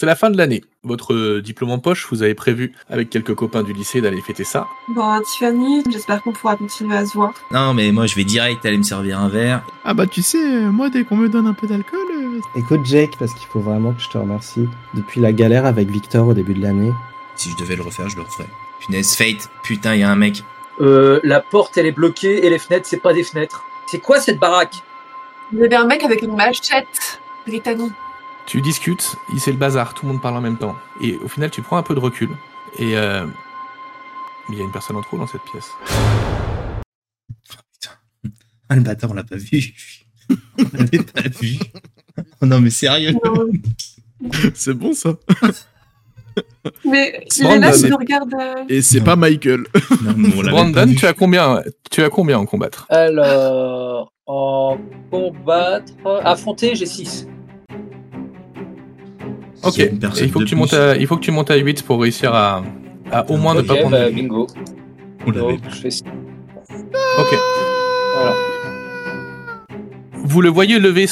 c'est la fin de l'année. Votre diplôme en poche, vous avez prévu avec quelques copains du lycée d'aller fêter ça. Bon, Tiffany, j'espère qu'on pourra continuer à se voir. Non, mais moi je vais direct aller me servir un verre. Ah bah tu sais, moi dès qu'on me donne un peu d'alcool... Écoute Jake, parce qu'il faut vraiment que je te remercie. Depuis la galère avec Victor au début de l'année. Si je devais le refaire, je le referais. Punaise, Fate, putain, y a un mec. La porte elle est bloquée et les fenêtres c'est pas des fenêtres. C'est quoi cette baraque? Vous avez un mec avec une machette, Brittany. Tu discutes, c'est le bazar, tout le monde parle en même temps. Et au final, tu prends un peu de recul. Et il y a une personne en trop dans cette pièce. Putain. Ah, le bâtard, on l'a pas vu. On l'avait pas vu. Oh non, mais sérieux. Non. C'est bon ça. Mais il est là, je le regarde. Et c'est pas Michael. Non, mais on l'avait pas Brandon, vu. tu as combien en combattre? Alors, en combattre, affronter, j'ai 6. Ok, Il y a une et personne il faut de que tu plus. montes à 8 pour réussir à au moins ne Ok, pas prendre bah, de... bingo. On l'avait Donc, je fais ça. Ok. Voilà. Vous le voyez lever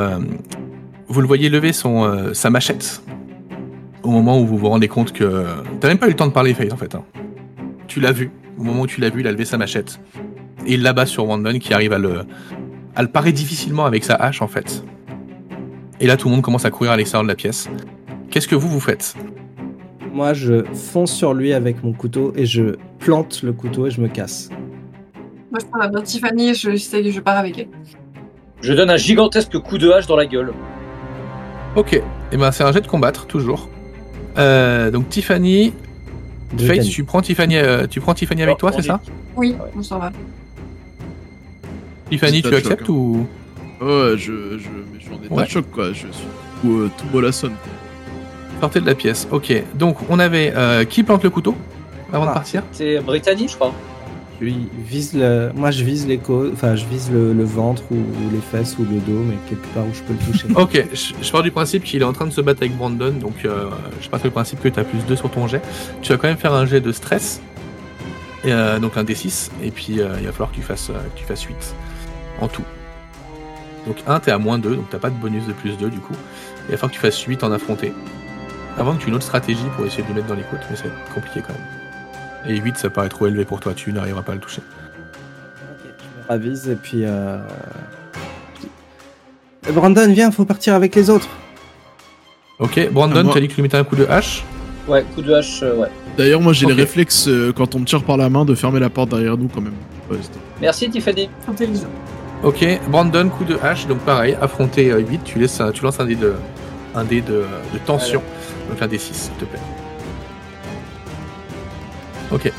sa machette au moment où vous vous rendez compte que t'as même pas eu le temps de parler, Faith, en fait. Hein. Tu l'as vu. Au moment où tu l'as vu, il a levé sa machette et il l'abat sur Wandon qui arrive à le parer difficilement avec sa hache, en fait. Et là, tout le monde commence à courir à l'extérieur de la pièce. Qu'est-ce que vous faites? Moi, je fonce sur lui avec mon couteau et je plante le couteau et je me casse. Moi, je prends la main de Tiffany et je pars avec elle. Je donne un gigantesque coup de hache dans la gueule. Ok. Et ben c'est un jet de combattre toujours. Donc Tiffany, Faith, tu prends Tiffany avec toi, c'est ça? Oui, on s'en va. Tiffany, C'est tu pas de choc, acceptes ou? Ouais, je mets en état Ouais. de choc quoi, je suis tout mollassonne quoi. Sortez de la pièce. Ok. Donc on avait qui plante le couteau avant de partir? C'est Brittany, je crois. Moi, je vise les côtes, enfin, je vise le ventre ou les fesses ou le dos, mais quelque part où je peux le toucher. Ok. Je pars du principe qu'il est en train de se battre avec Brandon, donc je pars du principe que tu as plus 2 sur ton jet. Tu vas quand même faire un jet de stress, et, donc un D6, et puis il va falloir que tu fasses 8 en tout. Donc 1, t'es à moins 2, donc t'as pas de bonus de plus 2 du coup. Il va falloir que tu fasses 8 en affronté. Avant que tu aies une autre stratégie pour essayer de le mettre dans les côtes, mais ça va être compliqué quand même. Et 8, ça paraît trop élevé pour toi, tu n'arriveras pas à le toucher. Ok, je me ravise et puis... Brandon, viens, faut partir avec les autres. Ok, Brandon, moi. tu as dit que tu lui mettais un coup de hache. Ouais, coup de hache, ouais. D'ailleurs moi j'ai Ok. les réflexes quand on me tire par la main de fermer la porte derrière nous quand même. Ouais, Merci Tiffany. Intelligent. Ok, Brandon, coup de hache, donc pareil, affronter 8, tu lances un dé de tension, donc un D6 s'il te plaît. Ok.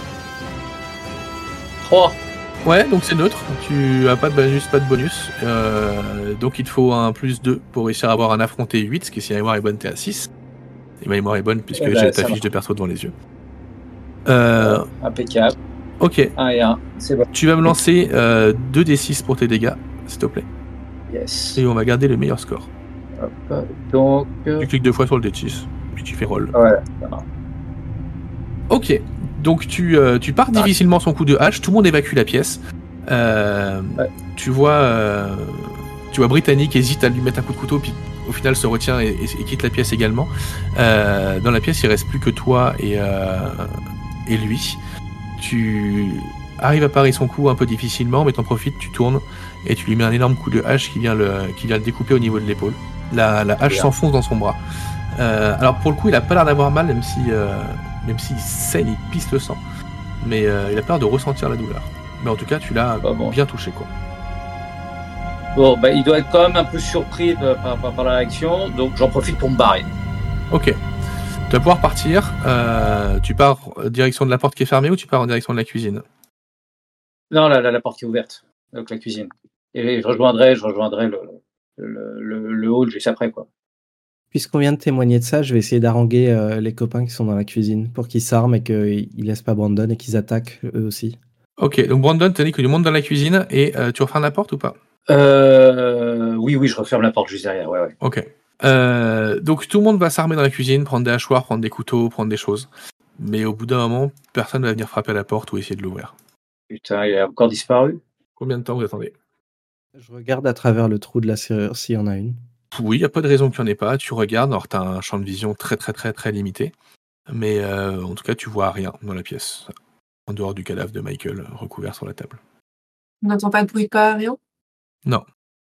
3. Ouais, donc c'est neutre, tu as pas de bonus, donc il te faut un plus 2 pour réussir à avoir un affronté 8, ce qui si la mémoire est bonne, t'es à 6. Et ma mémoire est bonne puisque Eh ben, j'ai ça ta fiche marche. de perso devant les yeux. Impeccable. Ok, 1 et 1, c'est bon. tu vas me lancer 2 D6 pour tes dégâts, s'il te plaît. Yes. Et on va garder le meilleur score. Hop. Donc, Tu cliques 2 fois sur le D6, puis tu fais roll. voilà, ça marche. Ok, donc tu pars difficilement son coup de hache, tout le monde évacue la pièce. Tu vois Brittany qui hésite à lui mettre un coup de couteau, puis au final se retient et quitte la pièce également. Dans la pièce, il reste plus que toi et lui. Tu arrives à parer son coup un peu difficilement, mais t'en profites, tu tournes et tu lui mets un énorme coup de hache qui vient le découper au niveau de l'épaule. La hache Bien. s'enfonce dans son bras. Alors pour le coup, il a pas l'air d'avoir mal, même s'il saigne, il pisse le sang. Mais il a peur de ressentir la douleur. Mais en tout cas, tu l'as bon. bien touché, quoi. Bon, bah, il doit être quand même un peu surpris par la réaction, donc j'en profite pour me barrer. Ok. Tu vas pouvoir partir. Tu pars direction de la porte qui est fermée ou tu pars en direction de la cuisine? Non, la porte est ouverte, donc la cuisine. Et je rejoindrai le hall juste après, quoi. Puisqu'on vient de témoigner de ça, je vais essayer d'haranguer les copains qui sont dans la cuisine pour qu'ils s'arment et qu'ils laissent pas Brandon et qu'ils attaquent eux aussi. Ok, donc Brandon, t'as dit que tu montes dans la cuisine et tu refermes la porte ou pas? Oui, je referme la porte juste derrière, ouais. Ok. Donc tout le monde va s'armer dans la cuisine, prendre des hachoirs, prendre des couteaux, prendre des choses. Mais au bout d'un moment, personne ne va venir frapper à la porte ou essayer de l'ouvrir. Putain, il a encore disparu. Combien de temps vous attendez? Je regarde à travers le trou de la serrure s'il y en a une. Oui, il n'y a pas de raison qu'il n'y en ait pas. Tu regardes, alors tu as un champ de vision très très très très limité. Mais en tout cas, tu vois rien dans la pièce. En dehors du cadavre de Michael recouvert sur la table. On n'entend pas de bruit, pas rien. Non.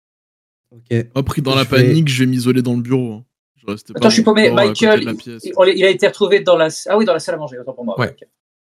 Ok. Pas pris dans Je la vais- panique, je vais m'isoler dans le bureau. Hein. Je restais pas Attends, je suis paumé. dehors, à côté Michael, de la pièce. il a été retrouvé dans la... Ah oui, dans la salle à manger, autant pour moi. Ouais. Ok.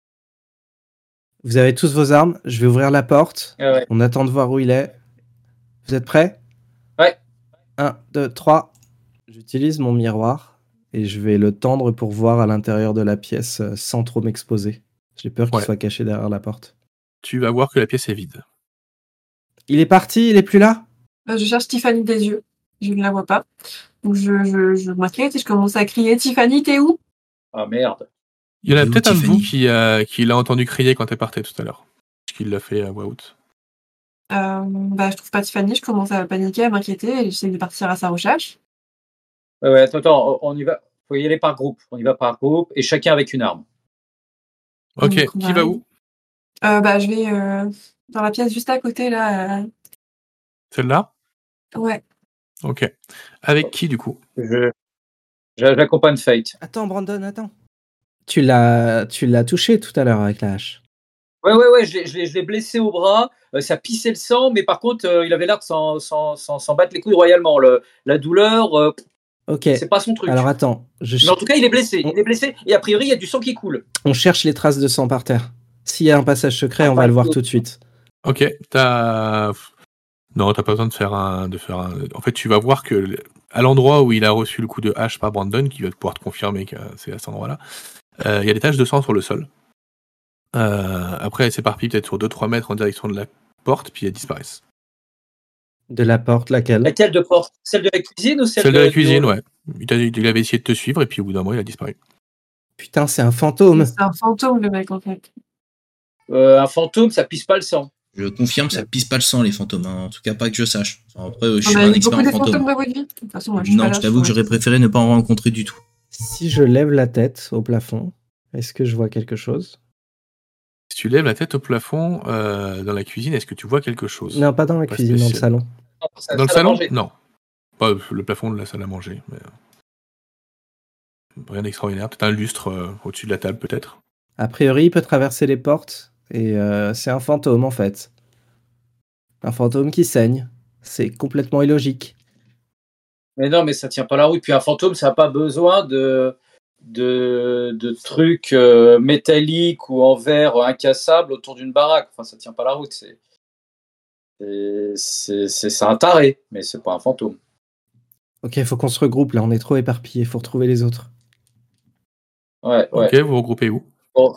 Vous avez tous vos armes. Je vais ouvrir la porte. Ah ouais. On attend de voir où il est. Vous êtes prêts? Ouais. 1, 2, 3. J'utilise mon miroir et je vais le tendre pour voir à l'intérieur de la pièce sans trop m'exposer. J'ai peur qu'il Ouais. soit caché derrière la porte. Tu vas voir que la pièce est vide. Il est parti, il est plus là? Je cherche Tiffany des yeux. Je ne la vois pas. Donc je m'inquiète et je commence à crier Tiffany, t'es où? Ah merde. Il y en a Et où peut-être un de vous Tiffany qui l'a entendu crier quand t'es parti tout à l'heure. Parce qu'il l'a fait à voix haute. Je trouve pas Tiffany, je commence à paniquer, à m'inquiéter et j'essaie de partir à sa recherche. Ouais, attends, on y va. Faut y aller par groupe. On y va par groupe et chacun avec une arme. Ok, Donc, on qui va arrive. où? Je vais dans la pièce juste à côté là. Celle-là? Ouais. Ok. Avec qui du coup? J'accompagne Fate. Attends, Brandon, attends. Tu l'as touché tout à l'heure avec la hache. Ouais, je l'ai blessé au bras. Ça pissait le sang, mais par contre, il avait l'air de s'en battre les couilles royalement. La douleur, Ok. c'est pas son truc. Alors attends, Mais en tout cas, il est blessé. Il est blessé et a priori, il y a du sang qui coule. on cherche les traces de sang par terre. S'il y a un passage secret, on va le voir tout de suite. Ok, Non, t'as pas besoin de faire un... En fait, tu vas voir que à l'endroit où il a reçu le coup de hache par Brandon, qui va pouvoir te confirmer que c'est à cet endroit-là, il y a des taches de sang sur le sol. Après, elles s'éparpillent peut-être sur 2-3 mètres en direction de la porte, puis elles disparaissent. De la porte, laquelle? Laquelle de porte? Celle de la cuisine ou celle Celle de la du cuisine, hall? ouais. Il avait essayé de te suivre, et puis au bout d'un moment, il a disparu. Putain, c'est un fantôme. C'est un fantôme le mec en fait. Un fantôme, ça pisse pas le sang. Je confirme, ça pisse pas le sang, les fantômes. Hein. En tout cas, pas que je sache. Après, je On suis a pas un eu expert beaucoup en de fantômes fantômes. dans votre vie. De toute façon, moi, je suis pas Non, là, je t'avoue que j'aurais préféré ne pas en rencontrer du tout. Si je lève la tête au plafond, est-ce que je vois quelque chose? Si tu lèves la tête au plafond dans la cuisine, est-ce que tu vois quelque chose? Non, pas dans la Pas cuisine, dans le spécial. salon. Dans le salon? Non. Pas le plafond de la salle à manger, mais rien d'extraordinaire. Peut-être un lustre au-dessus de la table, peut-être. A priori, il peut traverser les portes et c'est un fantôme en fait. Un fantôme qui saigne. C'est complètement illogique. Mais non, mais ça tient pas la route. Puis un fantôme, ça n'a pas besoin de trucs métalliques ou en verre incassables autour d'une baraque. Enfin, ça tient pas la route. C'est un taré, mais c'est pas un fantôme. Ok, faut qu'on se regroupe là, on est trop éparpillés, faut retrouver les autres. Ouais. Ok, vous vous regroupez où? Bon.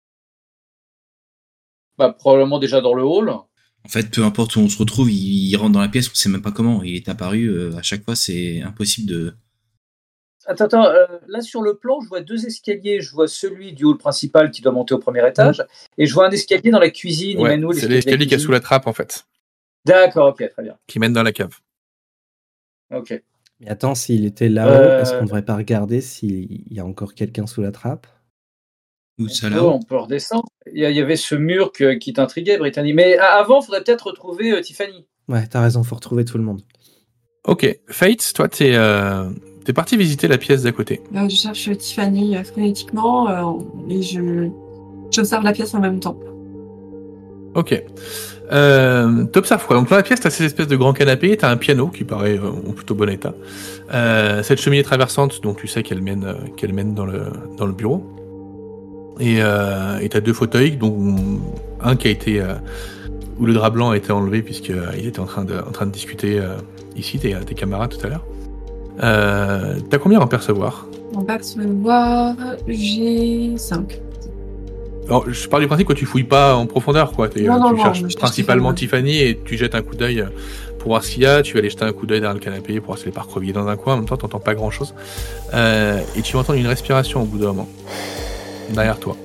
Probablement déjà dans le hall. En fait, peu importe où on se retrouve, il rentre dans la pièce, on sait même pas comment. Il est apparu, à chaque fois, c'est impossible de... Attends, là sur le plan, je vois 2 escaliers. Je vois celui du hall principal qui doit monter au premier étage, et je vois un escalier dans la cuisine. Ouais, Il mène où, c'est l'escalier de la l'escalier qui est cuisine sous la trappe, en fait, D'accord, ok, très bien. qui mène dans la cave. Ok. Mais attends, s'il était là-haut, est-ce qu'on devrait pas regarder s'il y a encore quelqu'un sous la trappe? Où ça là-haut? On peut redescendre. Il y avait ce mur qui t'intriguait, Brittany. Mais avant, il faudrait peut-être retrouver Tiffany. Ouais, t'as raison, faut retrouver tout le monde. Ok, Fate, toi, t'es parti visiter la pièce d'à côté. Je cherche Tiffany frénétiquement et j'observe la pièce en même temps. Ok. T'observes quoi? Donc dans la pièce, t'as ces espèces de grands canapés, t'as un piano qui paraît en plutôt bon état. Cette cheminée traversante dont tu sais qu'elle mène dans le bureau. Et t'as 2 fauteuils, dont un qui a été où le drap blanc a été enlevé puisqu'il était en train de discuter ici, tes camarades tout à l'heure. T'as combien en percevoir? En percevoir, j'ai 5. Alors, je pars du principe que tu fouilles pas en profondeur, quoi. Tu cherches je cherche principalement Tiffany. Tiffany et tu jettes un coup d'œil pour voir ce qu'il y a. Tu vas aller jeter un coup d'œil derrière le canapé pour voir si elle est pas recroquevillée dans un coin. En même temps, t'entends pas grand chose. Et tu vas entendre une respiration au bout d'un moment. Derrière toi.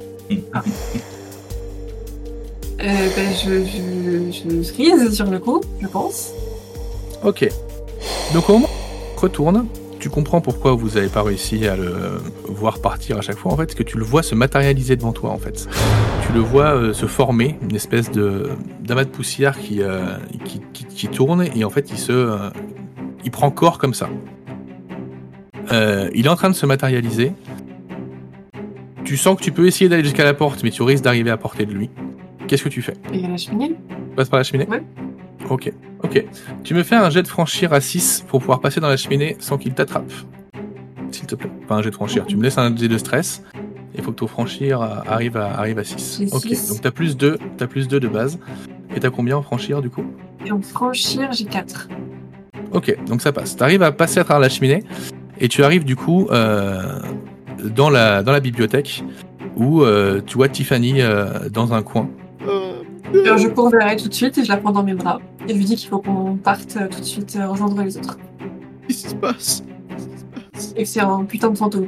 Je frise sur le coup, je pense. Ok. Donc au moment où tu retournes, tu comprends pourquoi vous avez pas réussi à le voir partir à chaque fois, en fait, parce que tu le vois se matérialiser devant toi, en fait. Tu le vois se former, une espèce d'amas de poussière qui tourne, et en fait, il il prend corps comme ça. Il est en train de se matérialiser. Tu sens que tu peux essayer d'aller jusqu'à la porte, mais tu risques d'arriver à portée de lui. Qu'est-ce que tu fais? Il y a la cheminée. Tu passes par la cheminée? Ouais. Ok. Tu me fais un jet de franchir à 6 pour pouvoir passer dans la cheminée sans qu'il t'attrape. S'il te plaît. Pas un jet de franchir. Tu me laisses un jet de stress. Il faut que ton franchir arrive à 6. J'ai Ok. 6. Donc t'as plus 2 de base. Et t'as combien en franchir du coup? Et en franchir, j'ai 4. Ok, donc ça passe. T'arrives à passer à travers la cheminée et tu arrives du coup dans la bibliothèque où tu vois Tiffany dans un coin. Alors, je cours vers elle tout de suite et je la prends dans mes bras. Et je lui dis qu'il faut qu'on parte tout de suite rejoindre les autres. Qu'est-ce qui se passe? Et que c'est un putain de fantôme.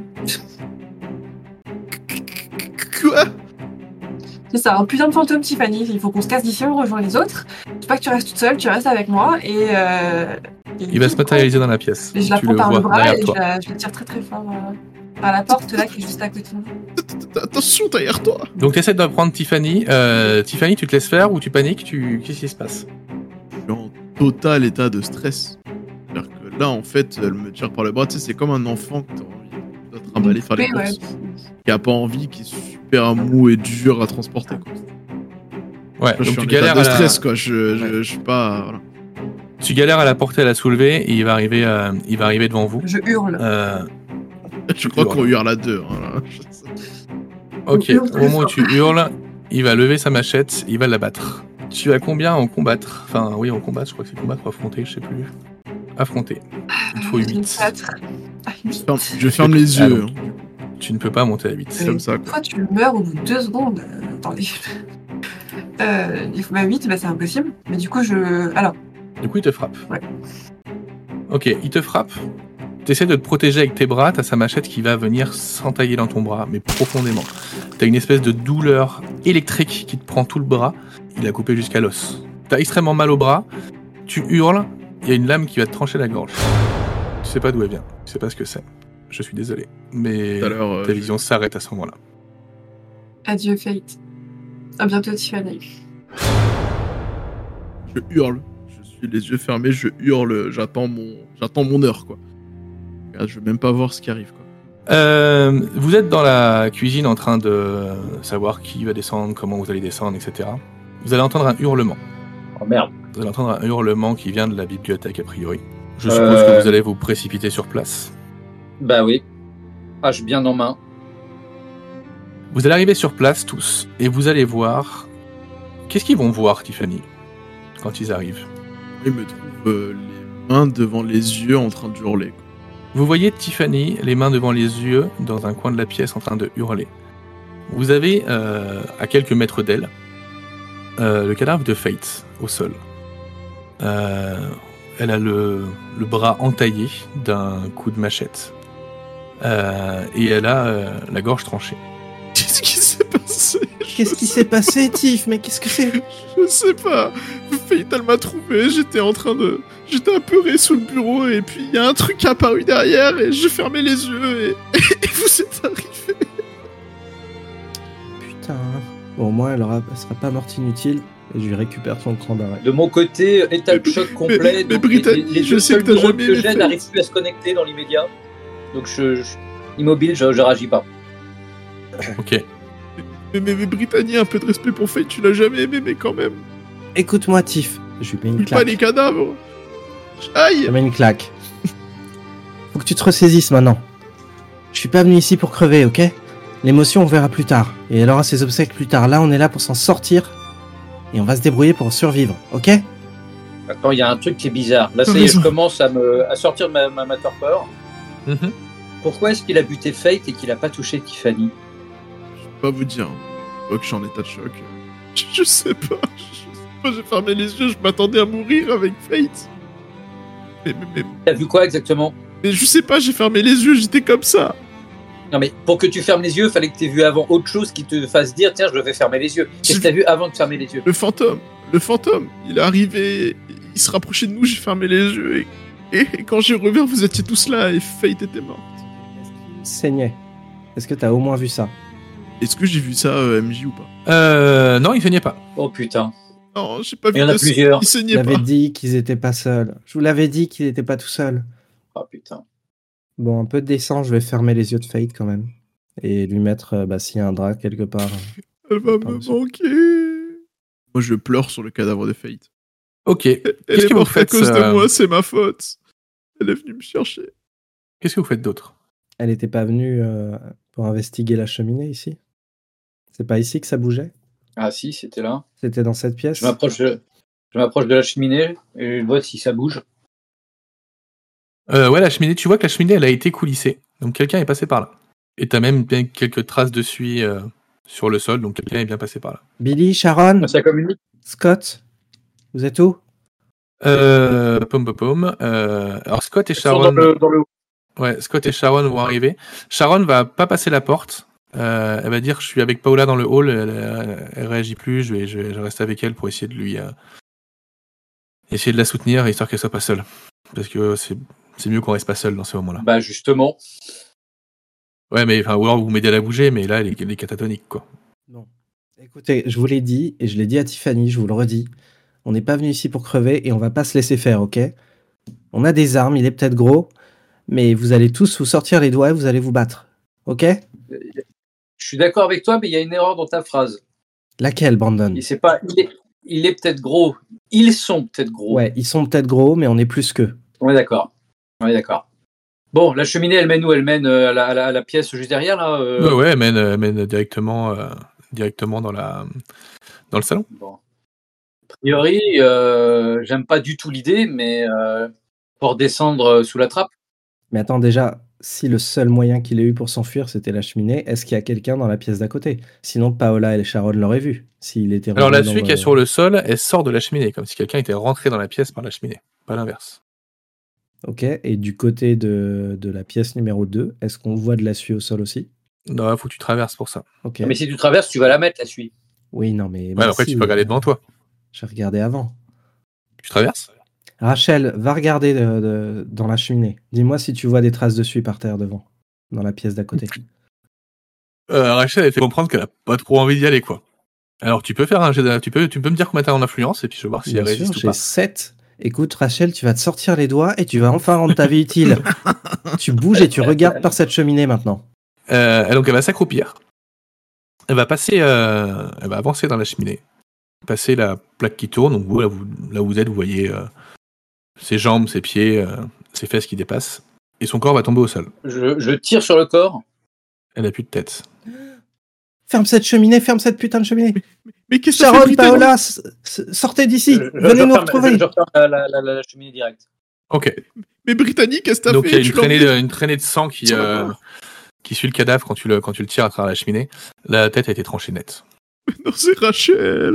Quoi? C'est ça, un putain de fantôme, Tiffany. Il faut qu'on se casse d'ici, on rejoint les autres. Je veux pas que tu restes toute seule, tu restes avec moi et Il va se matérialiser dans la pièce. Et je la Tu prends le par vois le bras derrière et toi. je la tire très très fort à la porte là qui est juste à côté de nous. Attention derrière toi. Donc t'essaies de prendre Tiffany. Tiffany, tu te laisses faire ou tu paniques? Qu'est-ce qui se passe? Je suis en total état de stress. C'est-à-dire que là, en fait, elle me tire par le bras. Tu sais, c'est comme un enfant que t'as envie de trimballer, faire les Ouais, courses. Qui a pas envie, qui est super mou et dur à transporter, quoi. Ouais, Je suis donc en tu état galères de à la... stress, quoi. Je suis pas... Voilà. Tu galères à la porter, à la soulever et il va arriver devant vous. Je hurle. Je crois qu'on hurle à deux. Voilà. Ok, Je hurle au très moment où fort. tu hurles, il va lever sa machette, il va l'abattre. Tu as combien en combattre? Enfin, oui, en combattre, je crois que c'est combattre ou affronter, je sais plus. Affronter. Il faut 8. 4. Je ferme les Ah, yeux. donc, tu ne peux pas monter à 8. C'est comme ça, quoi. Toi, tu meurs au bout de 2 secondes. Attendez. Il faut 8, bah, c'est impossible. Mais du coup, Alors, Du coup, il te frappe. Ouais. Ok, il te frappe. T'essaies de te protéger avec tes bras, t'as sa machette qui va venir s'entailler dans ton bras, mais profondément. T'as une espèce de douleur électrique qui te prend tout le bras, il a coupé jusqu'à l'os. T'as extrêmement mal au bras, tu hurles, il y a une lame qui va te trancher la gorge. Tu sais pas d'où elle vient, tu sais pas ce que c'est. Je suis désolé, mais Tout à l'heure, ta vision s'arrête à ce moment-là. adieu, Fate. À bientôt, Tiffany. je hurle. Je suis les yeux fermés, je hurle. J'attends mon heure, quoi. Je veux même pas voir ce qui arrive, quoi. Vous êtes dans la cuisine en train de savoir qui va descendre, comment vous allez descendre, etc. Vous allez entendre un hurlement. Oh merde. Vous allez entendre un hurlement qui vient de la bibliothèque, a priori. Je suppose que vous allez vous précipiter sur place. Bah oui. Hache bien en main. Vous allez arriver sur place, tous, et vous allez voir... Qu'est-ce qu'ils vont voir, Tiffany, quand ils arrivent? Ils me trouvent les mains devant les yeux en train de hurler, quoi. Vous voyez Tiffany, les mains devant les yeux, dans un coin de la pièce, en train de hurler. Vous avez, à quelques mètres d'elle, le cadavre de Fate, au sol. Elle a le bras entaillé d'un coup de machette. Et elle a la gorge tranchée. Qu'est-ce qui s'est passé? Qu'est-ce qui s'est passé, Tiff? Mais qu'est-ce que c'est? Je sais pas. Fate, elle m'a trouvé. J'étais apeuré sous le bureau et puis il y a un truc qui est apparu derrière et j'ai fermé les yeux et vous êtes arrivés. Putain. Bon, au moins, elle sera pas morte inutile et je lui récupère son cran d'arrêt. De mon côté, état de choc complet. mais donc Brittany, les je deux sais que seuls t'as neurones jamais que aimé j'ai Fate. n'arrivent plus à se connecter dans l'immédiat. Donc immobile, je réagis pas. Ok. Mais Brittany, un peu de respect pour Fate, tu l'as jamais aimé, mais quand même. Écoute-moi, Tiff. Je lui mets une Oublie pas les claque. cadavres. Aïe. Je lui mets une claque. Faut que tu te ressaisisses maintenant. Je suis pas venu ici pour crever, ok? L'émotion, on verra plus tard. Et elle aura ses obsèques plus tard. Là, on est là pour s'en sortir. Et on va se débrouiller pour survivre, ok? Attends, il y a un truc qui est bizarre. Là, T'as ça y est, je raison. commence à sortir de ma torpeur. Mhm. Pourquoi est-ce qu'il a buté Fate et qu'il a pas touché Tiffany? Je peux pas vous dire. Je vois que je suis en état de choc. Je sais pas. J'ai fermé les yeux, je m'attendais à mourir avec Fate. Mais T'as vu quoi exactement? je sais pas, j'ai fermé les yeux, j'étais comme ça. Non mais pour que tu fermes les yeux, fallait que tu aies vu avant autre chose qui te fasse dire tiens, je vais fermer les yeux. Qu'est-ce que t'as vu avant de fermer les yeux? Le fantôme, il est arrivé, il se rapprochait de nous, j'ai fermé les yeux et quand j'ai revu, vous étiez tous là et Fate était morte. Est-ce qu'il saignait? Est-ce que t'as au moins vu ça? Est-ce que j'ai vu ça MJ ou pas? Non, il saignait pas. Oh putain. Non, j'ai pas vu Il y en a de sang, plusieurs. il Je saignait l'avais pas. dit qu'ils étaient pas seuls. Je vous l'avais dit qu'il était pas tout seul. Oh putain. Bon, un peu de descente, je vais fermer les yeux de Fate quand même. Et lui mettre, s'il y a un drap quelque part. Elle va me Par-dessus. manquer. Moi, je pleure sur le cadavre de Fate. Ok. Elle Qu'est-ce est que vous morte à faites cause de moi, c'est ma faute. Elle est venue me chercher. Qu'est-ce que vous faites d'autre? Elle était pas venue pour investiguer la cheminée ici? C'est pas ici que ça bougeait? Ah si, c'était là. C'était dans cette pièce? Je m'approche de la cheminée et je vois si ça bouge. Ouais, la cheminée, tu vois que la cheminée, elle a été coulissée. Donc quelqu'un est passé par là. Et t'as même bien quelques traces de suie sur le sol, donc quelqu'un est bien passé par là. Billy, Sharon, Ça communique. Scott, vous êtes où? Alors Scott et Ils sont dans Sharon... le Ouais, Scott et Sharon vont arriver. Sharon va pas passer la porte. Elle va dire je suis avec Paola dans le hall. Elle réagit plus. Je reste avec elle pour essayer de lui essayer de la soutenir histoire qu'elle soit pas seule. Parce que c'est mieux qu'on reste pas seul dans ces moments-là. Bah justement. Ouais, mais enfin, ou alors vous m'aidez à la bouger, mais là elle est catatonique quoi. Bon. Écoutez, je vous l'ai dit, et je l'ai dit à Tiffany, je vous le redis. On n'est pas venu ici pour crever et on va pas se laisser faire, ok? On a des armes, il est peut-être gros, mais vous allez tous vous sortir les doigts et vous allez vous battre. Ok? Je suis d'accord avec toi, mais il y a une erreur dans ta phrase. Laquelle, Brandon? Et c'est pas il est peut-être gros. Ils sont peut-être gros. Ouais, ils sont peut-être gros, mais on est plus qu'eux. On est d'accord. Bon, la cheminée, elle mène où? Elle mène à la pièce juste derrière, là Ouais, elle mène directement dans le salon. Bon. A priori, j'aime pas du tout l'idée, mais pour descendre sous la trappe. Mais attends, déjà, si le seul moyen qu'il ait eu pour s'enfuir, c'était la cheminée, est-ce qu'il y a quelqu'un dans la pièce d'à côté? Sinon, Paola et Sharon l'auraient vu, s'il était Alors la revenu dans suie qu'il y a sur le sol, elle sort de la cheminée, comme si quelqu'un était rentré dans la pièce par la cheminée, pas l'inverse. Ok, et du côté de la pièce numéro 2, est-ce qu'on voit de la suie au sol aussi? Non, faut que tu traverses pour ça. Ok. Mais si tu traverses, tu vas la mettre, la suie. Oui, non, mais... Ouais, après tu peux regarder devant toi. J'ai regardé avant. Tu traverses? Rachel, va regarder dans la cheminée. Dis-moi si tu vois des traces de suie par terre devant, dans la pièce d'à côté. Rachel, elle fait comprendre qu'elle a pas trop envie d'y aller, quoi. Alors tu peux faire un jet tu peux me dire combien t'as en influence, et puis je vais voir si Bien elle résiste sûr, ou pas. j'ai 7. Écoute, Rachel, tu vas te sortir les doigts et tu vas enfin rendre ta vie utile. Tu bouges et tu regardes par cette cheminée maintenant. Donc elle va s'accroupir. Elle va passer, elle va avancer dans la cheminée. Passer la plaque qui tourne, donc vous, là où vous êtes, vous voyez ses jambes, ses pieds, ses fesses qui dépassent. Et son corps va tomber au sol. Je tire sur le corps. Elle a plus de tête. Ferme cette cheminée, ferme cette putain de cheminée. Mais qu'est-ce que ça fait, Sharon, Britannique Paola, sortez d'ici. Venez nous retrouver. Je referme la cheminée directe. Ok. Mais Britannique, qu'est-ce que t'as Donc fait? il y a une traînée de sang qui Sur le corps. suit le cadavre quand tu le tires à travers la cheminée. La tête a été tranchée nette. Non, c'est Rachel.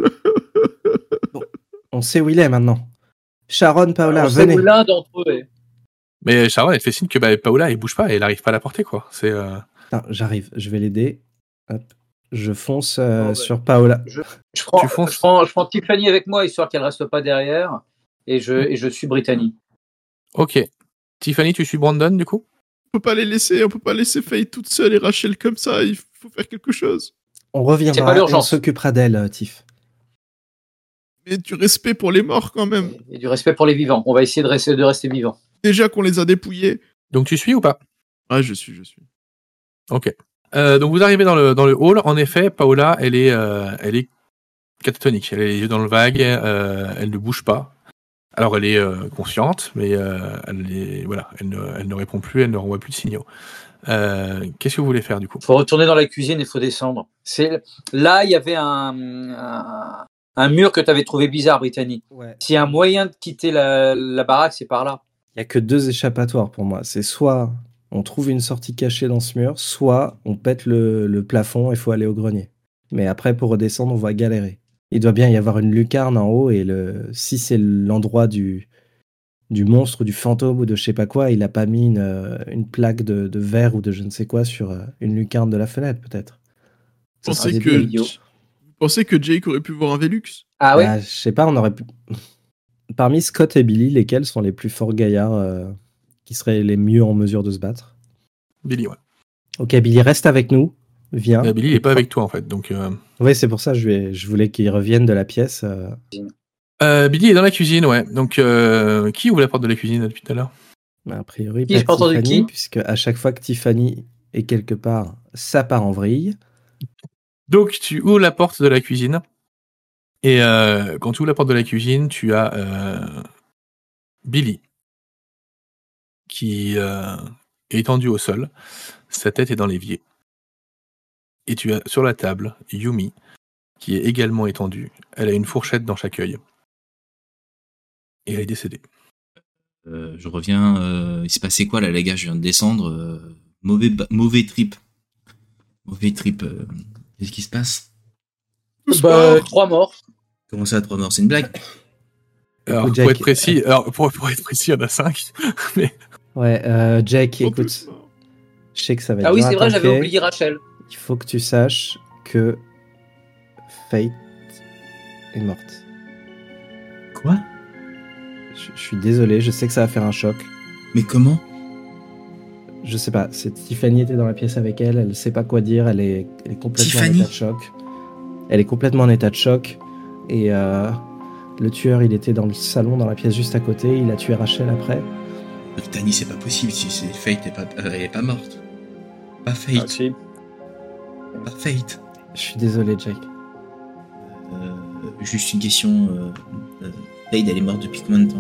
On sait où il est maintenant. Sharon, Paola, On sait venez. où l'un d'entre eux est. Mais Sharon, elle te fait signe que Paola, elle bouge pas, elle arrive pas à la porter, quoi. C'est Attends, j'arrive, je vais l'aider. Hop. Je fonce ouais. sur Paola. Je prends, Tu fonces. je prends Tiffany avec moi, histoire qu'elle reste pas derrière. Et je suis Brittany. Ok. Tiffany, tu suis Brandon, du coup? On peut pas laisser Faye toute seule et Rachel comme ça, il faut faire quelque chose. On C'est reviendra pas et on l'urgence. s'occupera d'elle, Tiff. Mais du respect pour les morts quand même. Et du respect pour les vivants. On va essayer de rester vivants. Déjà qu'on les a dépouillés. Donc tu suis ou pas? Ah, je suis. Ok. Donc vous arrivez dans le hall. En effet, Paola, elle est catatonique. Elle a les yeux dans le vague. Elle ne bouge pas. Alors elle est consciente, mais elle ne répond plus. Elle ne renvoie plus de signaux. Qu'est-ce que vous voulez faire du coup? Il faut retourner dans la cuisine et il faut descendre. Là, il y avait un mur que tu avais trouvé bizarre, Brittany. Ouais. S'il y a un moyen de quitter la baraque, c'est par là. Il n'y a que 2 échappatoires pour moi. C'est soit on trouve une sortie cachée dans ce mur, soit on pète le plafond et il faut aller au grenier. Mais après, pour redescendre, on va galérer. Il doit bien y avoir une lucarne en haut et si c'est l'endroit du monstre, du fantôme ou de je sais pas quoi, il a pas mis une plaque de verre ou de je ne sais quoi sur une lucarne de la fenêtre, peut-être. Ça serait débile. Vous pensez que Jake aurait pu voir un Velux? Ah oui. Bah, je sais pas, on aurait pu... Parmi Scott et Billy, lesquels sont les plus forts gaillards qui seraient les mieux en mesure de se battre? Billy, ouais. Ok, Billy, reste avec nous. vient. Billy, il est pas avec toi en fait. Donc, Oui, c'est pour ça je voulais qu'il revienne de la pièce. Billy est dans la cuisine, ouais. Donc, qui ouvre la porte de la cuisine depuis tout à l'heure? A priori, Qui, j'ai pas entendu Tiffany, qui puisque à chaque fois que Tiffany est quelque part, ça part en vrille. Donc, tu ouvres la porte de la cuisine. Et quand tu ouvres la porte de la cuisine, tu as Billy qui est étendu au sol. Sa tête est dans l'évier. Et tu as sur la table Yumi qui est également étendue. Elle a une fourchette dans chaque œil. Et elle est décédée. Je reviens. Il s'est passé quoi là, les gars? Je viens de descendre. Mauvais trip. Mauvais trip. Qu'est-ce qui se passe? 3 morts. Comment ça, 3 morts? C'est une blague? Alors, Jack, pour être précis, il y en a 5. Mais... Ouais, Jack, écoute, je sais que ça va être Ah oui, dur à c'est vrai, j'avais tanker. oublié Rachel. Il faut que tu saches que Fate est morte. Quoi? Je suis désolé, je sais que ça va faire un choc. Mais comment? Je sais pas, Tiffany était dans la pièce avec elle, elle sait pas quoi dire, elle est complètement Tiffany en état de choc. Elle est complètement en état de choc. Et le tueur, il était dans le salon, dans la pièce juste à côté, il a tué Rachel après. Brittany, c'est pas possible. Si c'est Fate, elle est pas morte. Pas Fate. Ah, si. Pas Fate. Je suis désolé, Jack. Juste une question. Fate, elle est morte depuis combien de temps?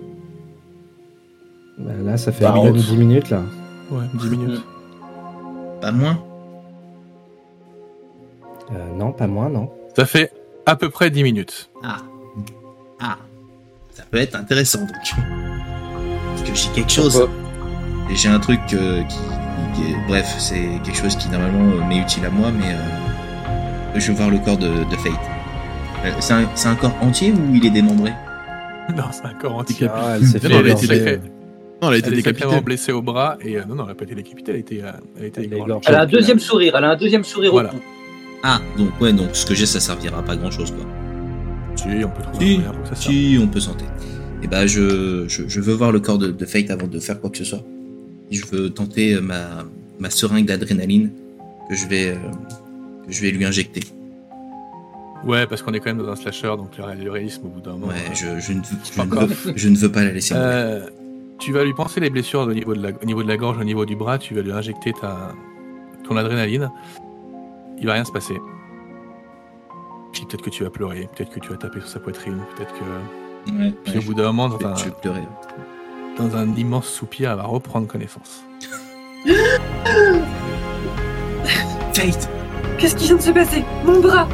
Bah, là, ça fait Bah, à peine 10 minutes, là. Ouais, 10 minutes. Pas moins? Non, pas moins, non. Ça fait à peu près 10 minutes. Ah. Ça peut être intéressant, donc. Parce que j'ai quelque chose. Et j'ai un truc qui est... Bref, c'est quelque chose qui, normalement, m'est utile à moi, mais... je veux voir le corps de Fate. C'est un corps entier ou il est démembré? Non, c'est un corps entier. Ah, elle s'est Non, fait elle a été égorger. Non, elle a été Elle est décapitée. sacrément blessée au bras et non, elle n'a pas été décapitée, elle a été Elle est égorgée. égorgée. Elle a un deuxième sourire, Voilà. au cou. Ah, donc ce que j'ai, ça servira à pas grand chose, quoi. Si, on peut trouver un moyen pour que ça serve. Si, on peut s'entendre. Et bah, je veux voir le corps de Fate avant de faire quoi que ce soit. Et je veux tenter ma seringue d'adrénaline que je vais lui injecter. Ouais, parce qu'on est quand même dans un slasher, donc le réalisme au bout d'un moment. Ouais, encore. je ne veux pas la laisser mourir. Tu vas lui panser les blessures au niveau de la gorge, au niveau du bras, tu vas lui injecter ton adrénaline. Il va rien se passer. Puis peut-être que tu vas pleurer, peut-être que tu vas taper sur sa poitrine, peut-être que... Ouais, Puis au bout d'un moment, je vais pleurer. dans un immense soupir, elle va reprendre connaissance. Fate! Qu'est-ce qui vient de se passer? Mon bras!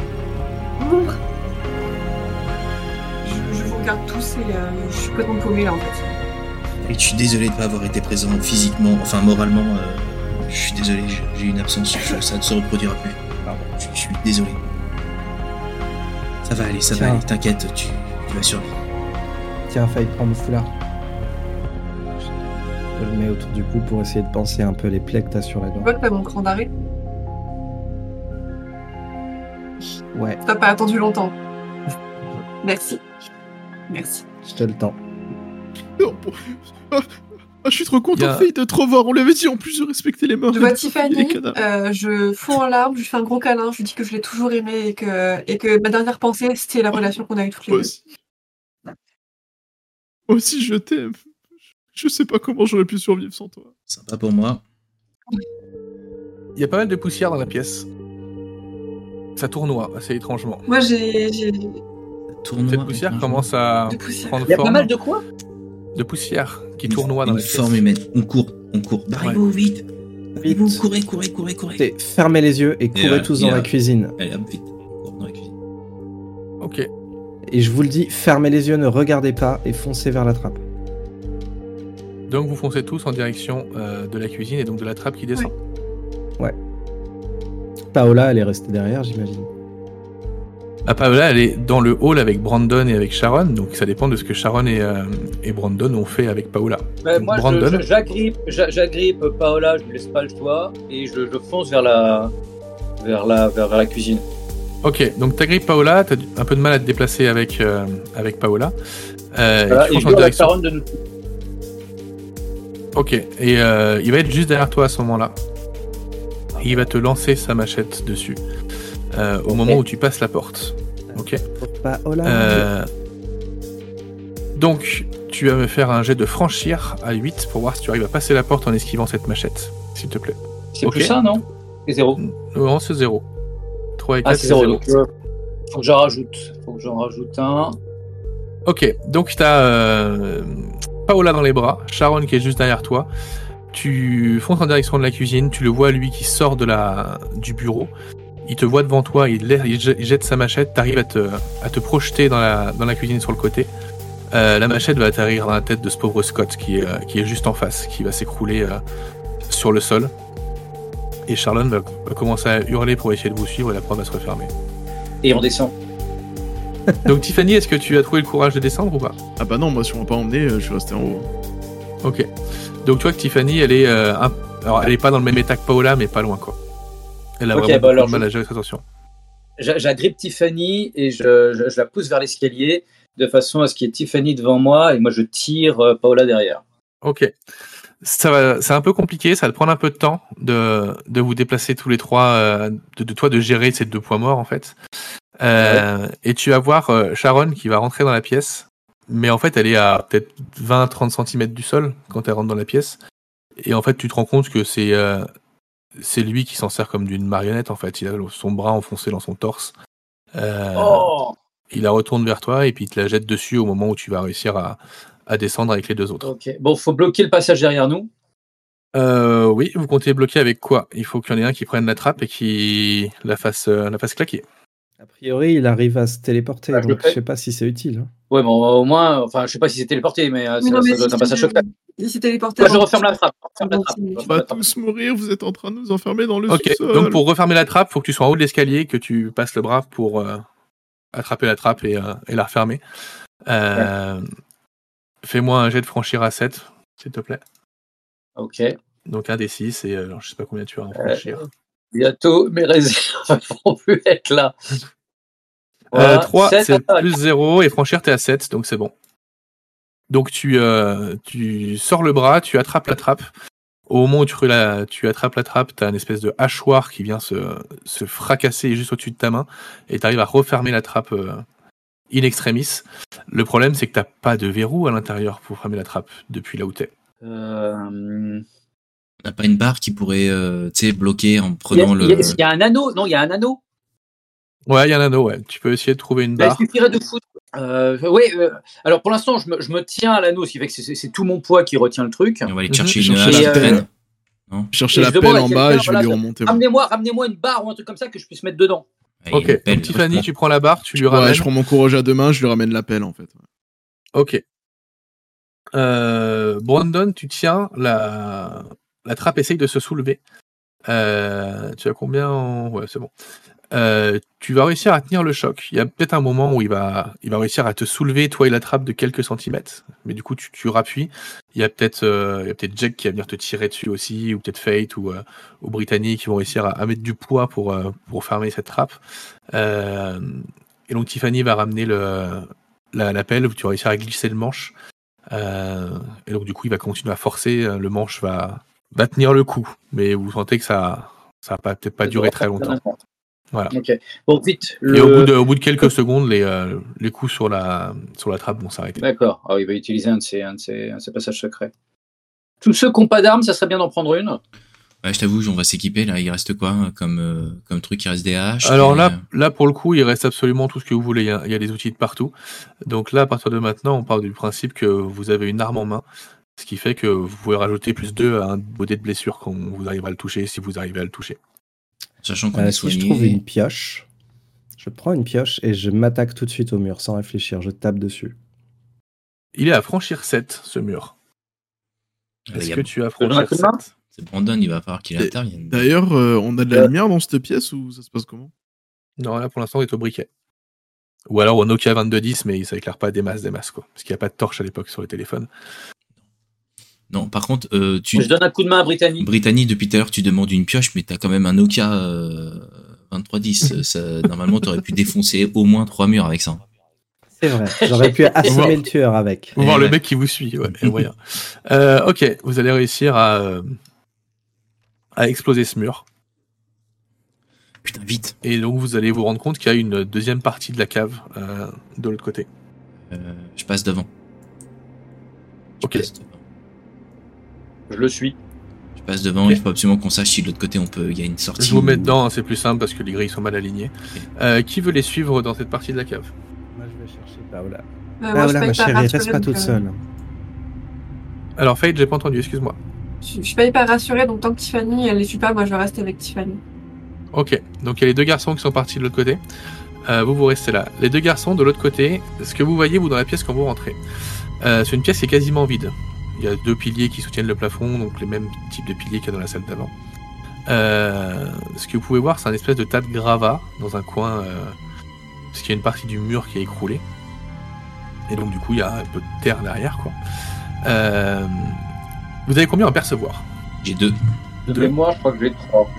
Je vous regarde tous et je suis complètement paumée là en fait. Et je suis désolé de ne pas avoir été présent physiquement, enfin moralement. Je suis désolé, j'ai eu une absence, ça ne se reproduira plus. Pardon, je suis désolé. Ça va aller, Tiens. t'inquiète, tu vas survivre. Tiens, Fate, prends mon foulard. Je le mets autour du cou pour essayer de penser un peu les plaies que t'as sur la Tu gorge. vois que t'as mon cran d'arrêt? Ouais, T'as pas attendu longtemps. Merci. je te le tends. Non, je suis trop content, Y a- Fate, de te revoir. On lui avait dit en plus de respecter les morts. Je vois et de Tiffany, les cadavres. je fonds en larmes, je lui fais un gros câlin, je lui dis que je l'ai toujours aimé et que ma dernière pensée c'était la relation qu'on a eue toutes les Moi deux. aussi. Moi aussi, je t'aime. Je sais pas comment j'aurais pu survivre sans toi. Sympa pour moi. Il y a pas mal de poussière dans la pièce. Ça tournoie assez étrangement. Moi j'ai Tournoi. Cette poussière commence à de poussière. prendre Il y a pas forme mal de quoi? de poussière qui tournoie dans une la pièce. forme humaine. On court. Barrez-vous vite. Barrez-vous, courez. Écoutez, fermez les yeux et courez tous dans la cuisine. Allez, hop, vite. On court dans la cuisine. Ok. Et je vous le dis, fermez les yeux, ne regardez pas et foncez vers la trappe. Donc vous foncez tous en direction de la cuisine et donc de la trappe qui descend. Paola, elle est restée derrière, j'imagine. Ah, Paola, elle est dans le hall avec Brandon et avec Sharon, donc ça dépend de ce que Sharon et Brandon ont fait avec Paola. Donc, Moi, Brandon, j'agrippe Paola, je lui laisse pas le choix et je fonce vers la cuisine. ok, donc t'agrippes Paola, t'as un peu de mal à te déplacer avec Paola. Voilà, tu et fonces je en dis à direction. Sharon de nous. Ok, et il va être juste derrière toi à ce moment-là. Il va te lancer sa machette dessus au moment où tu passes la porte. Ok. Donc, tu vas me faire un jet de franchir à 8 pour voir si tu arrives à passer la porte en esquivant cette machette, s'il te plaît. C'est plus ça, non? C'est 0. Non, c'est 0. 3 et 4, c'est 0. Donc, faut que j'en rajoute un. Ok, donc tu as Paola dans les bras, Sharon qui est juste derrière toi. Tu fonces en direction de la cuisine, tu le vois lui qui sort du bureau. Il te voit devant toi, il jette sa machette, t'arrives à te projeter dans la cuisine sur le côté. La machette va atterrir dans la tête de ce pauvre Scott qui est juste en face, qui va s'écrouler sur le sol. Et Charlone va commencer à hurler pour essayer de vous suivre et la porte va se refermer. Et on descend. Donc Tiffany, est-ce que tu as trouvé le courage de descendre ou pas? Ah bah non, moi si on m'a pas emmené, je suis resté en haut. Ok. Donc tu vois que Tiffany, elle est, alors elle est pas dans le même état que Paola, mais pas loin quoi. Elle a vraiment beaucoup de mal à gérer sa tension. J'agrippe Tiffany et je la pousse vers l'escalier de façon à ce qu'il y ait Tiffany devant moi et moi je tire Paola derrière. Ok. C'est un peu compliqué, ça va te prendre un peu de temps de vous déplacer tous les trois, de gérer ces 2 poids morts en fait. Et tu vas voir Sharon qui va rentrer dans la pièce, mais en fait elle est à peut-être 20-30 cm du sol quand elle rentre dans la pièce. Et en fait tu te rends compte que c'est lui qui s'en sert comme d'une marionnette en fait. Il a son bras enfoncé dans son torse. Il la retourne vers toi et puis il te la jette dessus au moment où tu vas réussir à descendre avec les 2 autres. Ok. Bon, faut bloquer le passage derrière nous. Oui, vous comptez bloquer avec quoi? Il faut qu'il y en ait un qui prenne la trappe et qui la fasse claquer. A priori, il arrive à se téléporter, donc je sais pas si c'est utile. Ouais, bon, au moins, enfin, je sais pas si c'est téléporté, mais ça doit être un passage secret. Il s'est téléporté. Moi, je referme la trappe. On va tous mourir, vous êtes en train de nous enfermer dans le Ok, sous-sol. donc pour refermer la trappe, faut que tu sois en haut de l'escalier, que tu passes le bras pour attraper la trappe et la refermer. Fais-moi un jet de franchir à 7, s'il te plaît. Ok. Donc un des 6 et je sais pas combien tu vas en franchir. Bientôt, mes réserves vont plus être là. 3, c'est plus 0 et franchir, t'es à 7, donc c'est bon. Donc tu sors le bras, tu attrapes la trappe. Au moment où tu attrapes la trappe, t'as une espèce de hachoir qui vient se fracasser juste au-dessus de ta main et t'arrives à refermer la trappe in extremis. Le problème, c'est que t'as pas de verrou à l'intérieur pour fermer la trappe depuis là où t'es. On n'a pas une barre qui pourrait bloquer en prenant le... Il y a un anneau. Non, il y a un anneau. Ouais, il y a un anneau, ouais. Tu peux essayer de trouver une barre. Il suffirait de foutre. Alors pour l'instant, je me tiens à l'anneau, ce qui fait que c'est tout mon poids qui retient le truc. Et on va aller chercher une hache qui traîne. Chercher la pelle en bas et je vais lui remonter. Ramenez-moi une barre ou un truc comme ça que je puisse mettre dedans. Ok, donc Tiffany, tu prends la barre, tu lui ramènes. Ouais, je prends mon courage à 2 mains, je lui ramène la pelle en fait. Ok. Brandon, tu tiens, la trappe essaye de se soulever. Tu as combien Ouais, c'est bon. Tu vas réussir à tenir le choc. Il y a peut-être un moment où il va réussir à te soulever, toi et la trappe de quelques centimètres. Mais du coup, tu rappuies. Il y a peut-être Jack qui va venir te tirer dessus aussi, ou peut-être Fate ou Brittany qui vont réussir à mettre du poids pour fermer cette trappe. Et donc Tiffany va ramener la pelle, où tu vas réussir à glisser le manche. Et donc du coup, il va continuer à forcer. Le manche va tenir le coup, mais vous sentez que ça va peut-être pas durer très longtemps. Voilà. Ok. Bon, vite. Et au bout de quelques secondes, les coups sur la trappe vont s'arrêter. D'accord. Il va utiliser un de ses passages secrets. Tous ceux qui n'ont pas d'armes, ça serait bien d'en prendre une. Ouais, je t'avoue, on va s'équiper là. Il reste quoi comme truc? Il reste des haches. Alors là, pour le coup, il reste absolument tout ce que vous voulez. Il y a des outils de partout. Donc là, à partir de maintenant, on part du principe que vous avez une arme en main. Ce qui fait que vous pouvez rajouter plus 2 à un dé de blessure quand vous arrivez à le toucher, si vous arrivez à le toucher. Sachant qu'on est soigné. Si je trouve une pioche, je prends une pioche et je m'attaque tout de suite au mur sans réfléchir. Je tape dessus. Il est à franchir 7, ce mur. Est-ce que tu as franchi 7? C'est Brandon, il va falloir qu'il intervienne. D'ailleurs, on a de la lumière dans cette pièce ou ça se passe comment? Non, là pour l'instant on est au briquet. Ou alors au Nokia 2210, mais ça éclaire pas des masses quoi. Parce qu'il n'y a pas de torche à l'époque sur les téléphones. Non, par contre, je donne un coup de main à Brittany. Brittany, depuis tout à l'heure, tu demandes une pioche, mais t'as quand même un Nokia 2310. Normalement, t'aurais pu défoncer au moins 3 murs avec ça. C'est vrai, j'aurais pu assommer le tueur avec. Voir le mec qui vous suit, ouais, moyen. Ok, vous allez réussir à exploser ce mur. Putain, vite. Et donc vous allez vous rendre compte qu'il y a une deuxième partie de la cave de l'autre côté. Je passe devant. Ok. Je le suis. Je passe devant, Ok. il faut absolument qu'on sache si de l'autre côté il y a une sortie. Je vous mets ou- dedans, hein, c'est plus simple parce que les grilles sont mal alignées. Qui veut les suivre dans cette partie de la cave? Moi, je vais chercher Paola. Moi, Paola, je ma paye chérie, pas reste rassurée, pas donc, toute seule. Alors Fate, j'ai pas entendu, excuse-moi. Je suis pas hyper rassurée, donc tant que Tiffany, elle les suit pas, moi je reste avec Tiffany. Ok, donc il y a les deux garçons qui sont partis de l'autre côté. Vous restez là. Les deux garçons de l'autre côté, ce que vous voyez vous dans la pièce quand vous rentrez, c'est une pièce qui est quasiment vide. Il y a deux piliers qui soutiennent le plafond, donc les mêmes types de piliers qu'il y a dans la salle d'avant. Ce que vous pouvez voir, c'est un espèce de tas de gravats dans un coin, parce qu'il y a une partie du mur qui est écroulée. Et donc du coup, il y a un peu de terre derrière, quoi. Vous avez combien à percevoir? J'ai 2. De mémoire, je crois que je vais 3.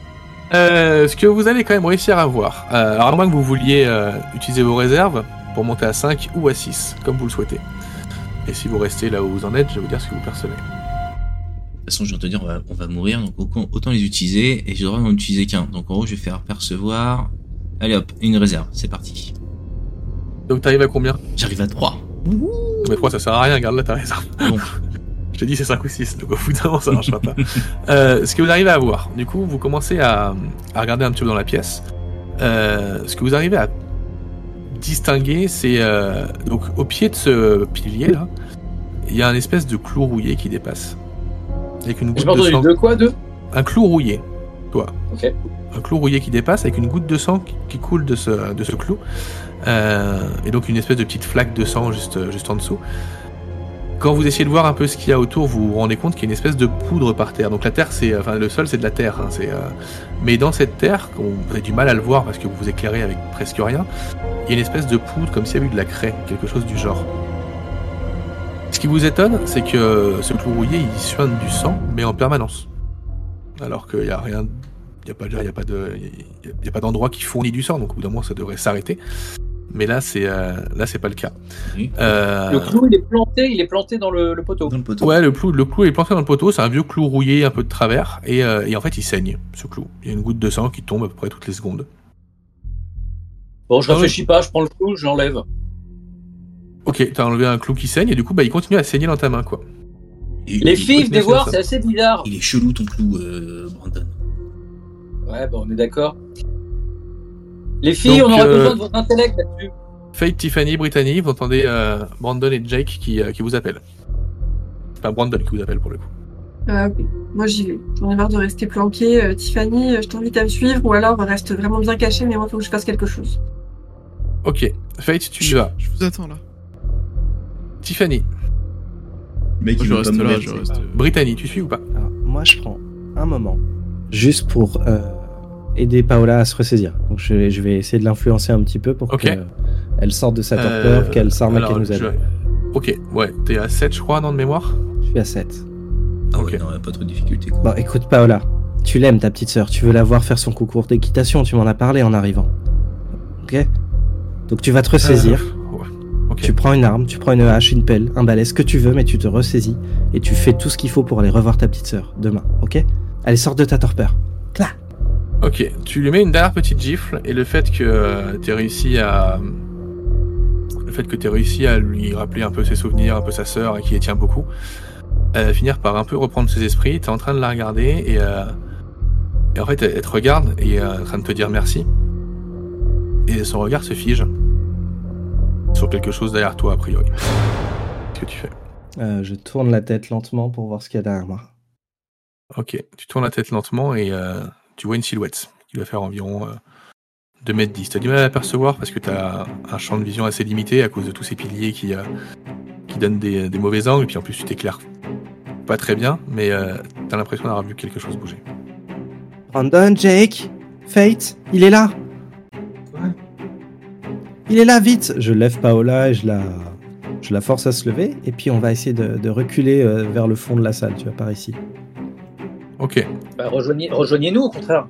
Ce que vous allez quand même réussir à voir, alors à moins que vous vouliez utiliser vos réserves pour monter à 5 ou à 6, comme vous le souhaitez. Et si vous restez là où vous en êtes, je vais vous dire ce que vous percevez. De toute façon, je viens de te dire, on va mourir, donc autant les utiliser, et j'ai le droit d'en utiliser qu'un. Donc en gros, je vais faire percevoir. Allez hop, une réserve, c'est parti. Donc t'arrives à combien? J'arrive à 3. Mais 3 ça sert à rien, garde là ta réserve. Bon. Je te dis c'est 5 ou 6, donc au bout d'un moment ça marchera pas. Ce que vous arrivez à voir, du coup vous commencez à regarder un petit peu dans la pièce. Ce que vous arrivez à distinguer, c'est donc au pied de ce pilier là, il y a un espèce de clou rouillé qui dépasse. Avec une J'ai goutte pas de entendu sang. de quoi, deux? Un clou rouillé, toi. Ok. Un clou rouillé qui dépasse avec une goutte de sang qui coule de ce clou. Et donc une espèce de petite flaque de sang juste en dessous. Quand vous essayez de voir un peu ce qu'il y a autour, vous vous rendez compte qu'il y a une espèce de poudre par terre. Donc la terre, le sol, c'est de la terre. Hein, mais dans cette terre, vous avez du mal à le voir parce que vous vous éclairez avec presque rien. Il y a une espèce de poudre comme s'il y avait eu de la craie, quelque chose du genre. Ce qui vous étonne, c'est que ce clou rouillé, il suinte du sang, mais en permanence. Alors qu'il n'y a rien, il n'y a pas d'endroit qui fournit du sang, donc au bout d'un moment, ça devrait s'arrêter. Mais là, c'est pas le cas. Oui. Le clou, il est planté dans le poteau. Dans le poteau. Ouais, le clou est planté dans le poteau, c'est un vieux clou rouillé, un peu de travers, et en fait, il saigne, ce clou. Il y a une goutte de sang qui tombe à peu près toutes les secondes. Bon, je réfléchis pas, je prends le clou, je l'enlève. Ok, t'as enlevé un clou qui saigne, et du coup, il continue à saigner dans ta main, quoi. Et- Les filles, venez voir, ça. c'est assez bizarre. Il est chelou ton clou, Brandon. Ouais, bah on est d'accord. Les filles, Donc, on aura besoin de votre intellect là-dessus. Fate, Tiffany, Brittany, vous entendez Brandon et Jake qui vous appellent. Enfin, Brandon qui vous appelle pour le coup. Oui. Moi j'y vais. J'en ai marre de rester planquée. Tiffany, je t'invite à me suivre ou alors reste vraiment bien caché, mais moi il faut que je fasse quelque chose. Ok, Fate, tu y vas. Je vous attends là. Tiffany, Le mec, Moi, il je veut reste pas là, mourir, je c'est- reste. Brittany, tu suis ou pas? Alors, moi, je prends un moment juste pour aider Paola à se ressaisir. Donc, je vais essayer de l'influencer un petit peu pour Ok. qu'elle sorte de sa torpeur, qu'elle s'arme et alors, qu'elle nous aide. Ok, ouais, t'es à 7, je crois, non, de mémoire? Je suis à 7. Ah Ok. ouais, non, pas trop de difficultés, quoi. Bon, écoute, Paola, tu l'aimes, ta petite sœur. Tu veux la voir faire son concours d'équitation. Tu m'en as parlé en arrivant. Ok? Donc, tu vas te ressaisir. Ouais. Ok. Tu prends une arme, tu prends une hache, une pelle, un balai, ce que tu veux, mais tu te ressaisis et tu fais tout ce qu'il faut pour aller revoir ta petite sœur demain, ok? Allez, sors de ta torpeur. Là. Ok, tu lui mets une dernière petite gifle et le fait que t'aies réussi à lui rappeler un peu ses souvenirs, un peu sa sœur et qui y tient beaucoup, elle va finir par un peu reprendre ses esprits. T'es en train de la regarder et en fait elle te regarde et est en train de te dire merci. Et son regard se fige sur quelque chose derrière toi a priori. Qu'est-ce que tu fais? Je tourne la tête lentement pour voir ce qu'il y a derrière moi. Ok, tu tournes la tête lentement et tu vois une silhouette qui va faire environ 2m10. T'as du mal à l'apercevoir parce que t'as un champ de vision assez limité à cause de tous ces piliers qui donnent des mauvais angles, et puis en plus tu t'éclaires pas très bien, mais t'as l'impression d'avoir vu quelque chose bouger. Brandon, Jake, Fate, il est là. Il est là, vite. Je lève Paola et je la force à se lever, et puis on va essayer de reculer vers le fond de la salle, tu vois, par ici. Ok, Bah, rejoignez-nous, au contraire.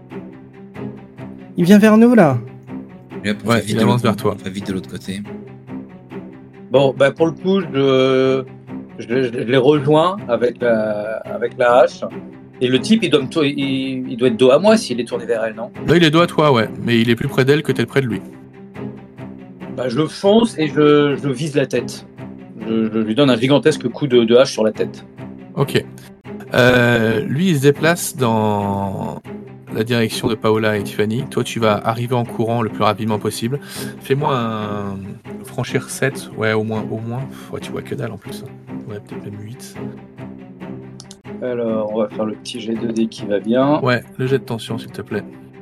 Il vient vers nous, là. Et hop, on Ouais, va vite il de avance l'autre- vers toi. On va vite de l'autre côté. Bon, bah, pour le coup, je les rejoins avec la hache. Et le type, il doit être dos à moi s'il est tourné vers elle, non? Là, il est dos à toi, ouais, mais il est plus près d'elle que t'es près de lui. Bah, je fonce et je vise la tête. Je lui donne un gigantesque coup de hache sur la tête. Ok. Lui, il se déplace dans la direction de Paola et Tiffany. Toi, tu vas arriver en courant le plus rapidement possible. Fais-moi un franchir 7. Ouais, au moins. Ouais, tu vois que dalle en plus. Ouais, peut-être même 8. Alors, on va faire le petit G2D qui va bien. Ouais, le jet de tension, s'il te plaît.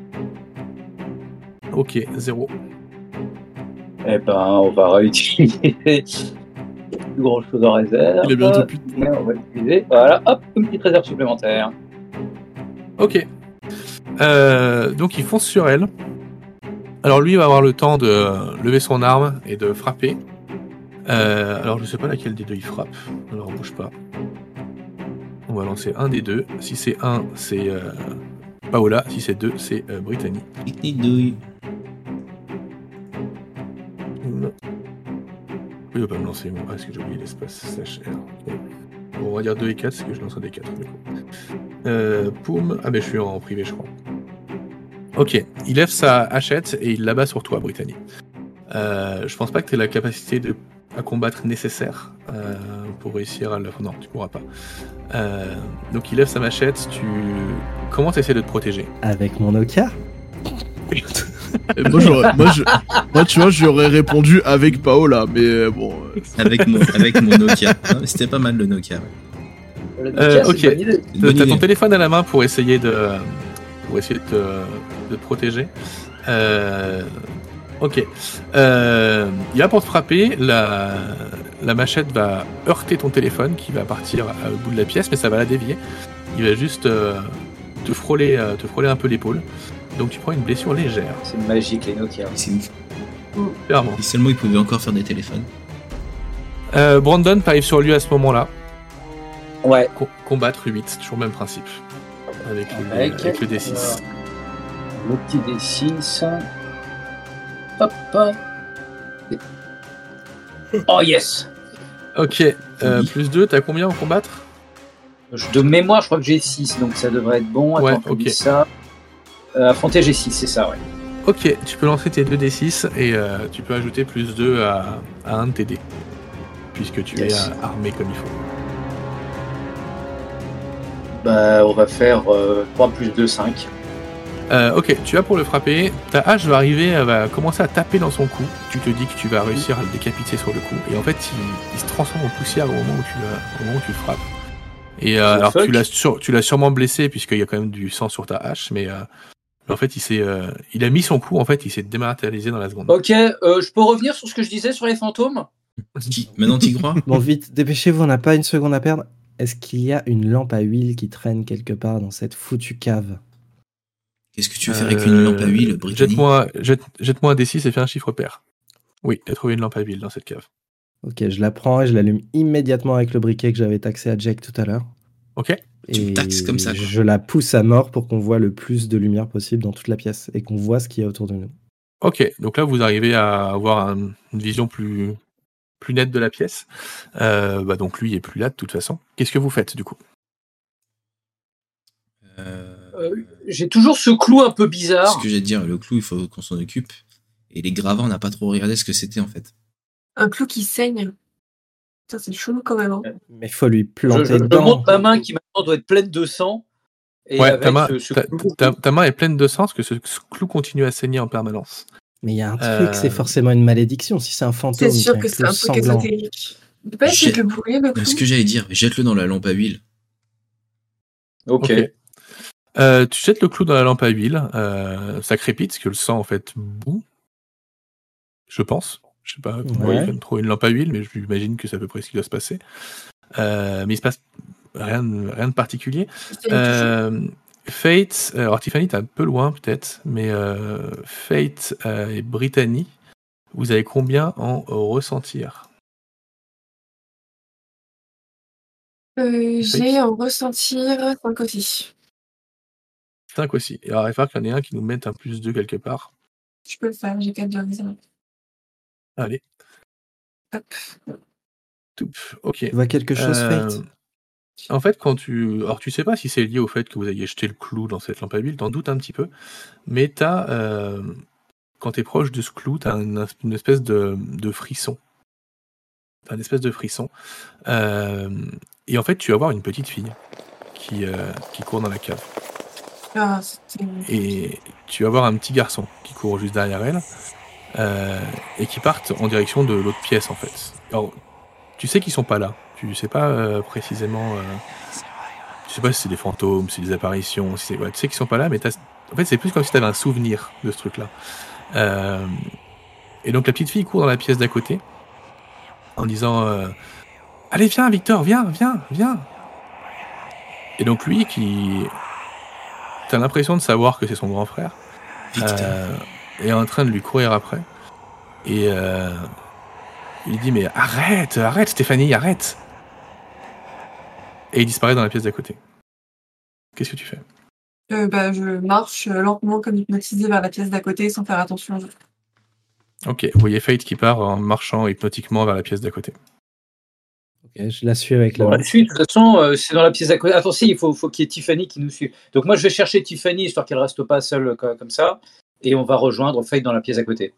Ok, 0. Eh ben, on va réutiliser. Plus grand chose en réserve. Il est bientôt plus. Mais on va l'utiliser. Voilà, hop, une petite réserve supplémentaire. Ok. Donc, il fonce sur elle. Alors, lui, il va avoir le temps de lever son arme et de frapper. Alors, je sais pas laquelle des deux il frappe. Alors, bouge pas. On va lancer un des deux. Si c'est 1, c'est Paola. Si c'est 2, c'est Brittany. Pique-nique douille. Il va pas me lancer. Ah, est-ce que j'ai oublié l'espace slash R. Ok. Bon, on va dire 2 et 4, c'est que je lance un des 4 du coup. Poum. Ah, mais je suis en privé, je crois. Ok. Il lève sa hachette et il l'abat sur toi, Brittany. Je pense pas que tu aies la capacité à combattre nécessaire pour réussir à le... Non, tu pourras pas. Donc il lève sa machette, Comment tu essaies de te protéger? Avec mon Oka. Et moi, tu vois, j'aurais répondu avec Paola, mais bon. Avec mon Nokia. Non, mais c'était pas mal le Nokia. Le Nokia, ok. c'est une bonne idée. Bonne T'as ton idée. téléphone à la main pour essayer de te protéger. Ok. Il va pour te frapper, la machette va heurter ton téléphone qui va partir au bout de la pièce, mais ça va la dévier. Il va juste te frôler un peu l'épaule. Donc tu prends une blessure légère. C'est magique, les Nokia. C'est ouf. Clairement. Si seulement il pouvait encore faire des téléphones. Brandon t'arrive sur lui à ce moment-là. Ouais. Combattre 8, toujours le même principe. Avec le D6. Le petit D6. Hop. Oh yes. Ok. Plus 2, t'as combien en combattre? De mémoire, je crois que j'ai 6, donc ça devrait être bon. Attends, Ouais, on ok. dit ça. Affronter G6, c'est ça, ouais. Ok, tu peux lancer tes 2d6 et tu peux ajouter plus 2 à un de tes dés. Puisque tu Yes. es armé comme il faut. Bah, on va faire 3 plus 2, 5. Ok, tu vas pour le frapper. Ta hache va arriver, elle va commencer à taper dans son cou. Tu te dis que tu vas réussir à le décapiter sur le coup. Et en fait, il se transforme en poussière au moment où tu le frappes. Et alors, fuck. tu l'as sûrement blessé puisqu'il y a quand même du sang sur ta hache, mais en fait, il a mis son coup. En fait, il s'est dématérialisé dans la seconde. Ok, je peux revenir sur ce que je disais sur les fantômes? Maintenant, t'y crois? Bon, vite, dépêchez-vous, on n'a pas une seconde à perdre. Est-ce qu'il y a une lampe à huile qui traîne quelque part dans cette foutue cave? Qu'est-ce que tu veux faire avec une lampe à huile, Brittany? Jette-moi un D6 et fais un chiffre pair. Oui, t'as trouvé une lampe à huile dans cette cave. Ok, je la prends et je l'allume immédiatement avec le briquet que j'avais taxé à Jack tout à l'heure. Ok. Tu me Et taxes comme ça, quoi. je la pousse à mort pour qu'on voit le plus de lumière possible dans toute la pièce et qu'on voit ce qu'il y a autour de nous. Ok, donc là vous arrivez à avoir une vision plus nette de la pièce. Donc lui il est plus là de toute façon. Qu'est-ce que vous faites du coup? J'ai toujours ce clou un peu bizarre. Ce que j'ai te dire, le clou, il faut qu'on s'en occupe. Et les gravats, on n'a pas trop regardé ce que c'était en fait. Un clou qui saigne. Putain, c'est chelou quand même. Hein. Mais faut lui Je planter dedans. montre ma main qui maintenant doit être pleine de sang. Et Ouais, avec ce clou. ta main est pleine de sang parce que ce clou continue à saigner en permanence. Mais il y a un truc, c'est forcément une malédiction. Si c'est un fantôme, C'est sûr qui a que c'est un clou truc sanglant. ésotérique. Tu peux pas essayer de le brûler, le clou? Ce que j'allais dire, jette-le dans la lampe à huile. Ok. Tu jettes le clou dans la lampe à huile, ça crépite parce que le sang en fait bout. Je pense. Je sais pas comment Ouais. ils viennent trouver une lampe à huile, mais j'imagine que c'est à peu près ce qui doit se passer. Mais il se passe rien de particulier. Fate, alors Tiffany t'es un peu loin peut-être, mais Fate et Brittany, vous avez combien en ressentir? J'ai en ressentir 5 aussi. 5 aussi. Et alors il va falloir qu'il y en ait un qui nous mette un plus 2 quelque part. Je peux le faire, j'ai 4 de réserve. Allez. Hop. Toup. Ok. Tu vois quelque chose, Fate? En fait, alors tu sais pas si c'est lié au fait que vous ayez jeté le clou dans cette lampe à huile, t'en doutes un petit peu, mais quand t'es proche de ce clou, t'as une espèce de frisson. T'as une espèce de frisson. Et en fait, tu vas voir une petite fille qui court dans la cave. Ah, c'était... Et tu vas voir un petit garçon qui court juste derrière elle, et qui partent en direction de l'autre pièce, en fait. Alors, tu sais qu'ils sont pas là. Tu sais pas précisément... tu sais pas si c'est des fantômes, si c'est des apparitions, tu sais qu'ils sont pas là, mais en fait, c'est plus comme si t'avais un souvenir de ce truc-là. Et donc, la petite fille court dans la pièce d'à côté, en disant allez, viens, Victor, viens. Et donc, lui, t'as l'impression de savoir que c'est son grand frère, est en train de lui courir après. Et il dit mais arrête Stéphanie, arrête. Et il disparaît dans la pièce d'à côté. Qu'est-ce que tu fais? Je marche lentement comme hypnotisée vers la pièce d'à côté sans faire attention. Ok, vous voyez Fate qui part en marchant hypnotiquement vers la pièce d'à côté. Ok, je la suis avec la On main. la suit, de toute façon, c'est dans la pièce à côté. Attends, si, il faut qu'il y ait Tiffany qui nous suive. Donc moi, je vais chercher Tiffany, histoire qu'elle ne reste pas seule comme ça. Et on va rejoindre Fate dans la pièce à côté.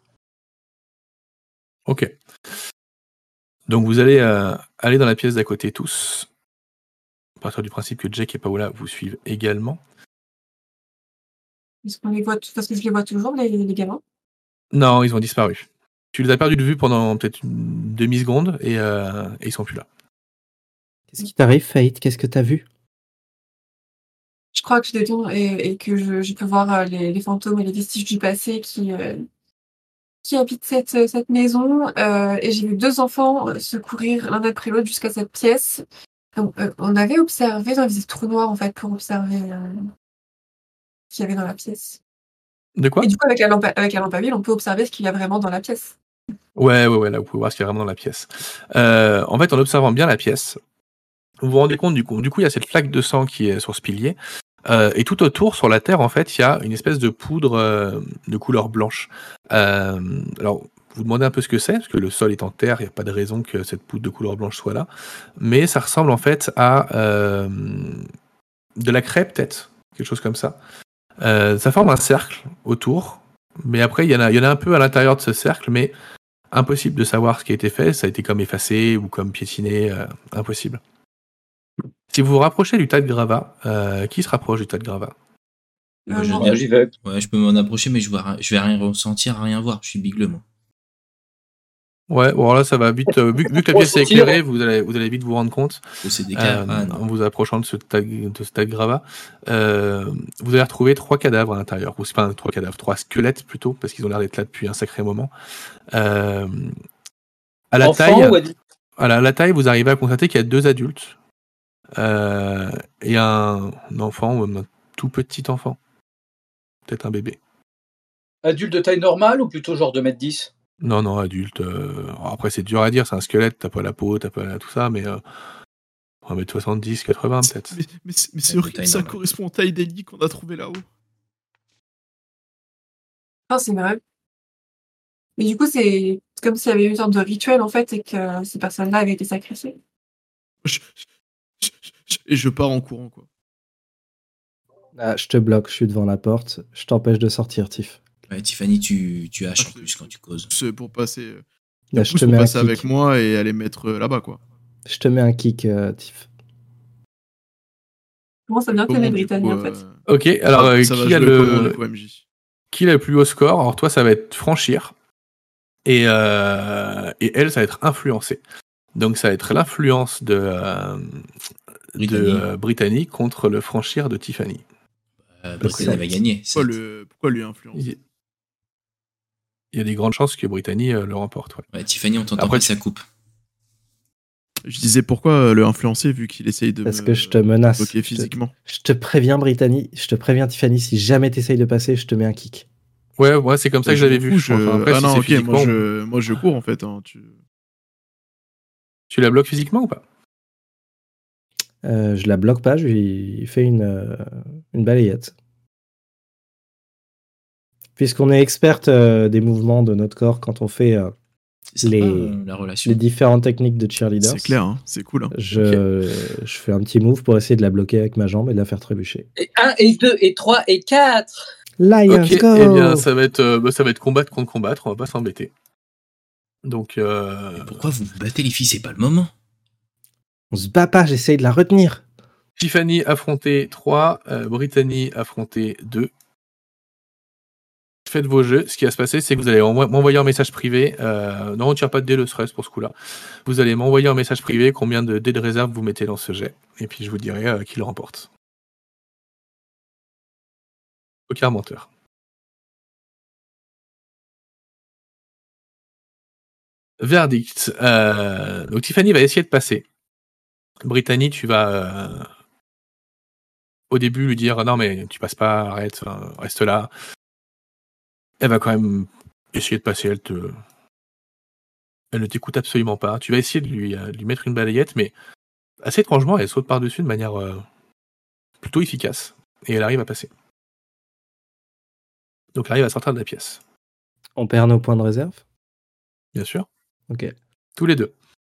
Ok. Donc vous allez aller dans la pièce d'à côté tous. À partir du principe que Jack et Paola vous suivent également. Est-ce qu'on les voit parce que je les vois toujours, les gamins? Non, ils ont disparu. Tu les as perdus de vue pendant peut-être une demi-seconde et ils sont plus là. Qu'est-ce qui t'arrive, Fate? Qu'est-ce que t'as vu? Je crois que je détourne et que je peux voir les fantômes et les vestiges du passé qui habitent cette maison. Et j'ai vu 2 enfants se courir l'un après l'autre jusqu'à cette pièce. Donc, on avait observé, on faisait ce trou noir en fait pour observer ce qu'il y avait dans la pièce. De quoi? Et du coup, avec la lampe à huile, on peut observer ce qu'il y a vraiment dans la pièce. Ouais, là vous pouvez voir ce qu'il y a vraiment dans la pièce. En fait, en observant bien la pièce, vous vous rendez compte du coup, il y a cette flaque de sang qui est sur ce pilier. Et tout autour, sur la terre, en fait, il y a une espèce de poudre de couleur blanche. Alors, vous demandez un peu ce que c'est, parce que le sol est en terre, il n'y a pas de raison que cette poudre de couleur blanche soit là. Mais ça ressemble en fait à de la craie, peut-être, quelque chose comme ça. Ça forme un cercle autour, mais après, il y en a un peu à l'intérieur de ce cercle, mais impossible de savoir ce qui a été fait. Ça a été comme effacé ou comme piétiné, impossible. Si vous vous rapprochez du tas de gravats, qui se rapproche du tas de gravats? Moi, Non. J'y vais. Ouais, je peux m'en approcher, mais je vais rien ressentir, rien voir. Je suis bigleux, moi. Ouais, bon là ça va vite. Vu que la pièce est éclairée, vous allez vite vous rendre compte. C'est des cas. En vous approchant de ce tas de gravats, vous allez retrouver 3 cadavres à l'intérieur. Ou c'est pas 3 cadavres, 3 squelettes plutôt, parce qu'ils ont l'air d'être là depuis un sacré moment. À la taille, vous arrivez à constater qu'il y a 2 adultes et un enfant, ou un tout petit enfant, peut-être un bébé. Adulte de taille normale ou plutôt genre 2m10? Non, adulte. Après, c'est dur à dire, c'est un squelette, t'as pas la peau, t'as pas tout ça, mais 1m70, 80 peut-être. Mais c'est horrible, ça correspond aux tailles des lits qu'on a trouvé là-haut. Ah, c'est vrai. Mais du coup, c'est comme s'il y avait eu une sorte de rituel en fait et que ces personnes-là avaient été sacrifiées. Et je pars en courant, quoi. Ah, je te bloque, je suis devant la porte. Je t'empêche de sortir, Tiff. Ouais, Tiffany, tu haches en plus quand tu causes. C'est pour passer. Là, je te mets un kick avec moi et aller mettre là-bas, quoi. Je te mets un kick, Tiff. Comment ça vient t'aimer, Brittany, en fait? Ok, alors qui a le plus haut score? Alors toi, ça va être franchir. Et elle, ça va être influencer. Donc ça va être l'influence de Brittany contre le franchir de Tiffany. Brittany va gagner. Pourquoi lui influence? Il y a des grandes chances que Brittany le remporte. Ouais, Tiffany, on t'entend pas, ça coupe. Je disais pourquoi le influencer vu qu'il essaye de Parce que je te menace. bloquer physiquement. Je te préviens, Brittany. Je te préviens, Tiffany. Si jamais t'essayes de passer, je te mets un kick. Ouais, c'est comme ça que j'avais vu. Après, non, ok, moi je cours en fait. Hein, Tu la bloques physiquement ou pas? Je la bloque pas, je lui fais une balayette. Puisqu'on est experte des mouvements de notre corps quand on fait C'est sympa, les, la relation. les différentes techniques de cheerleaders. C'est clair, hein, c'est cool. Hein. Je fais un petit move pour essayer de la bloquer avec ma jambe et de la faire trébucher. Et 1, et 2, et 3, et 4. Lions, Ok, go! eh bien ça va être combattre contre combattre, on va pas s'embêter. Donc Pourquoi vous vous battez, les filles? C'est pas le moment. On se bat pas, j'essaye de la retenir. Tiffany affronté 3, Brittany affronté 2. Faites vos jeux. Ce qui va se passer, c'est que vous allez m'envoyer un message privé. Non, on tire pas de dés, le stress pour ce coup-là. Vous allez m'envoyer un message privé combien de dés de réserve vous mettez dans ce jet. Et puis je vous dirai qui le remporte. Poker menteur. Verdict. Donc Tiffany va essayer de passer. Brittany, tu vas au début lui dire non mais tu passes pas, arrête, reste là. Elle va quand même essayer de passer, elle ne t'écoute absolument pas. Tu vas essayer de lui mettre une balayette, mais assez étrangement, elle saute par-dessus de manière plutôt efficace. Et elle arrive à passer. Donc elle arrive à sortir de la pièce. On perd nos points de réserve? Bien sûr. Ok. Tous les deux.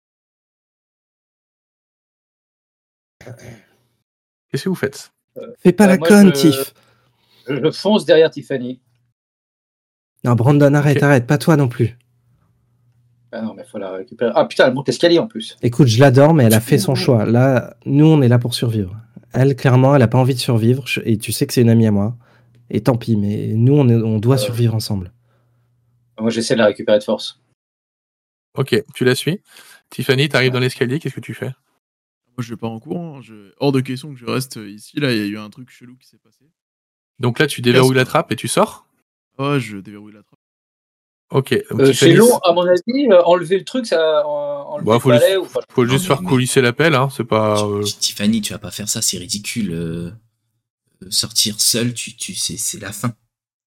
Qu'est-ce que vous faites? Fais pas la moi, conne, Tiff. Je fonce derrière Tiffany. Non, Brandon, arrête, Ok. arrête, pas toi non plus. Ah non, mais faut la récupérer. Ah putain, elle monte l'escalier en plus. Écoute, je l'adore, mais elle a fait son choix. Là, nous, on est là pour survivre. Elle, clairement, elle a pas envie de survivre. Et tu sais que c'est une amie à moi. Et tant pis, mais nous, on doit survivre ensemble. Moi, j'essaie de la récupérer de force. Ok, tu la suis. Tiffany, t'arrives dans l'escalier, qu'est-ce que tu fais? Moi, je vais pas en courant. Hors de question que je reste ici. Là, il y a eu un truc chelou qui s'est passé. Donc là, tu déverrouilles la trappe et tu sors? Oh, je déverrouille la trappe. Ok. Donc C'est Tiffany, long, à mon avis, enlever le truc, ça. Enlever Bah, le faut balai, juste- ou... faut juste faire coulisser l'appel, hein. C'est pas. Tiffany, tu vas pas faire ça, c'est ridicule. Sortir seul, c'est la fin.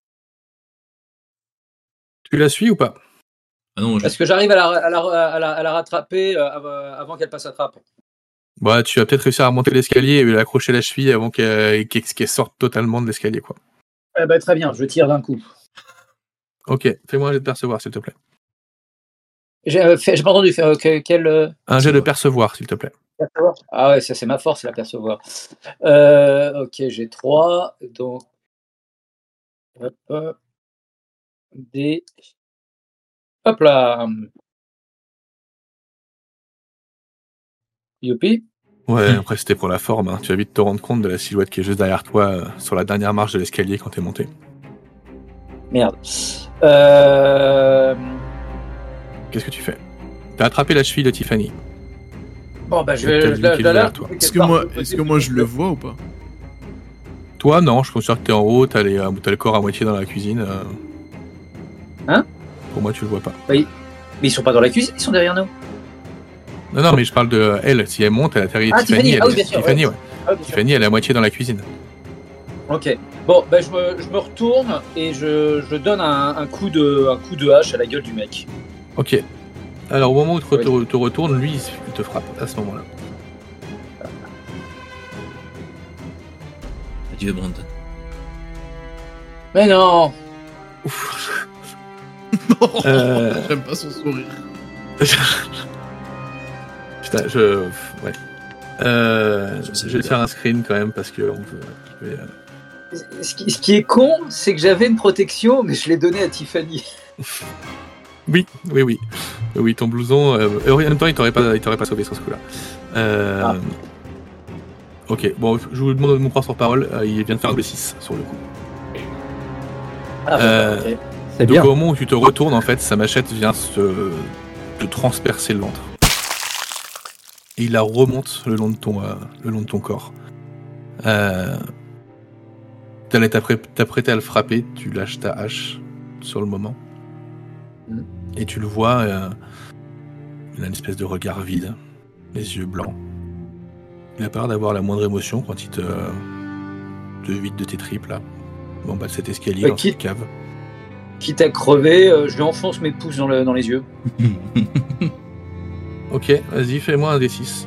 Tu la suis ou pas? Ah non, Est-ce que j'arrive à la rattraper avant qu'elle passe la trappe? Bah, tu vas peut-être réussir à remonter l'escalier et lui accrocher la cheville avant qu'elle sorte totalement de l'escalier, quoi. Eh ben, très bien, je tire d'un coup. Ok, fais-moi un jet de percevoir, s'il te plaît. J'ai pas entendu. Quel. Un jet de percevoir, s'il te plaît. Percevoir. Ah ouais, ça c'est ma force, la percevoir. Ok, j'ai 3, donc. Hop, des. Hop là. Youpi. Ouais, après c'était pour la forme, hein. Tu vas vite te rendre compte de la silhouette qui est juste derrière toi, sur la dernière marche de l'escalier quand t'es monté. Merde. Qu'est-ce que tu fais? T'as attrapé la cheville de Tiffany. Bon, bah je T'as vais. vu qu'il est derrière toi. Est-ce que moi je le vois ou pas? Toi, non, je considère que t'es en haut, t'as le corps à moitié dans la cuisine. Hein? Pour moi, tu le vois pas. Mais ils sont pas dans la cuisine, ils sont derrière nous. Non, mais je parle de elle. Si elle monte, elle atterrit. Ah, Tiffany, Tiffany, oui, bien sûr, Tiffany, ouais. ouais. Ah, bien sûr. Tiffany, elle est à moitié dans la cuisine. Ok. Bon, bah je me retourne et je donne un coup de hache à la gueule du mec. Ok. Alors, au moment où tu te retournes, lui, il te frappe à ce moment-là. Adieu, Brandon. Mais non. Ouf. Non, j'aime pas son sourire. Putain, ouais. Je vais te faire un screen quand même parce que Ce qui est con, c'est que j'avais une protection, mais je l'ai donnée à Tiffany. Oui, ton blouson. En même temps, il t'aurait pas sauvé sur ce coup-là. Ok, bon, je vous demande de me croire sur parole. Il vient de faire le 6 sur le coup. Ok. C'est Donc bien. au moment où tu te retournes, en fait, sa machette vient te transpercer le ventre. Et il la remonte le long de ton corps. T'allais t'apprêter à le frapper, tu lâches ta hache sur le moment. Et tu le vois, il a une espèce de regard vide, les yeux blancs. Il a peur d'avoir la moindre émotion quand il te vide de tes tripes là. Bon bah cet escalier dans cette cave. Quitte à crever, je lui enfonce mes pouces dans les yeux. Ok, vas-y, fais-moi un D6.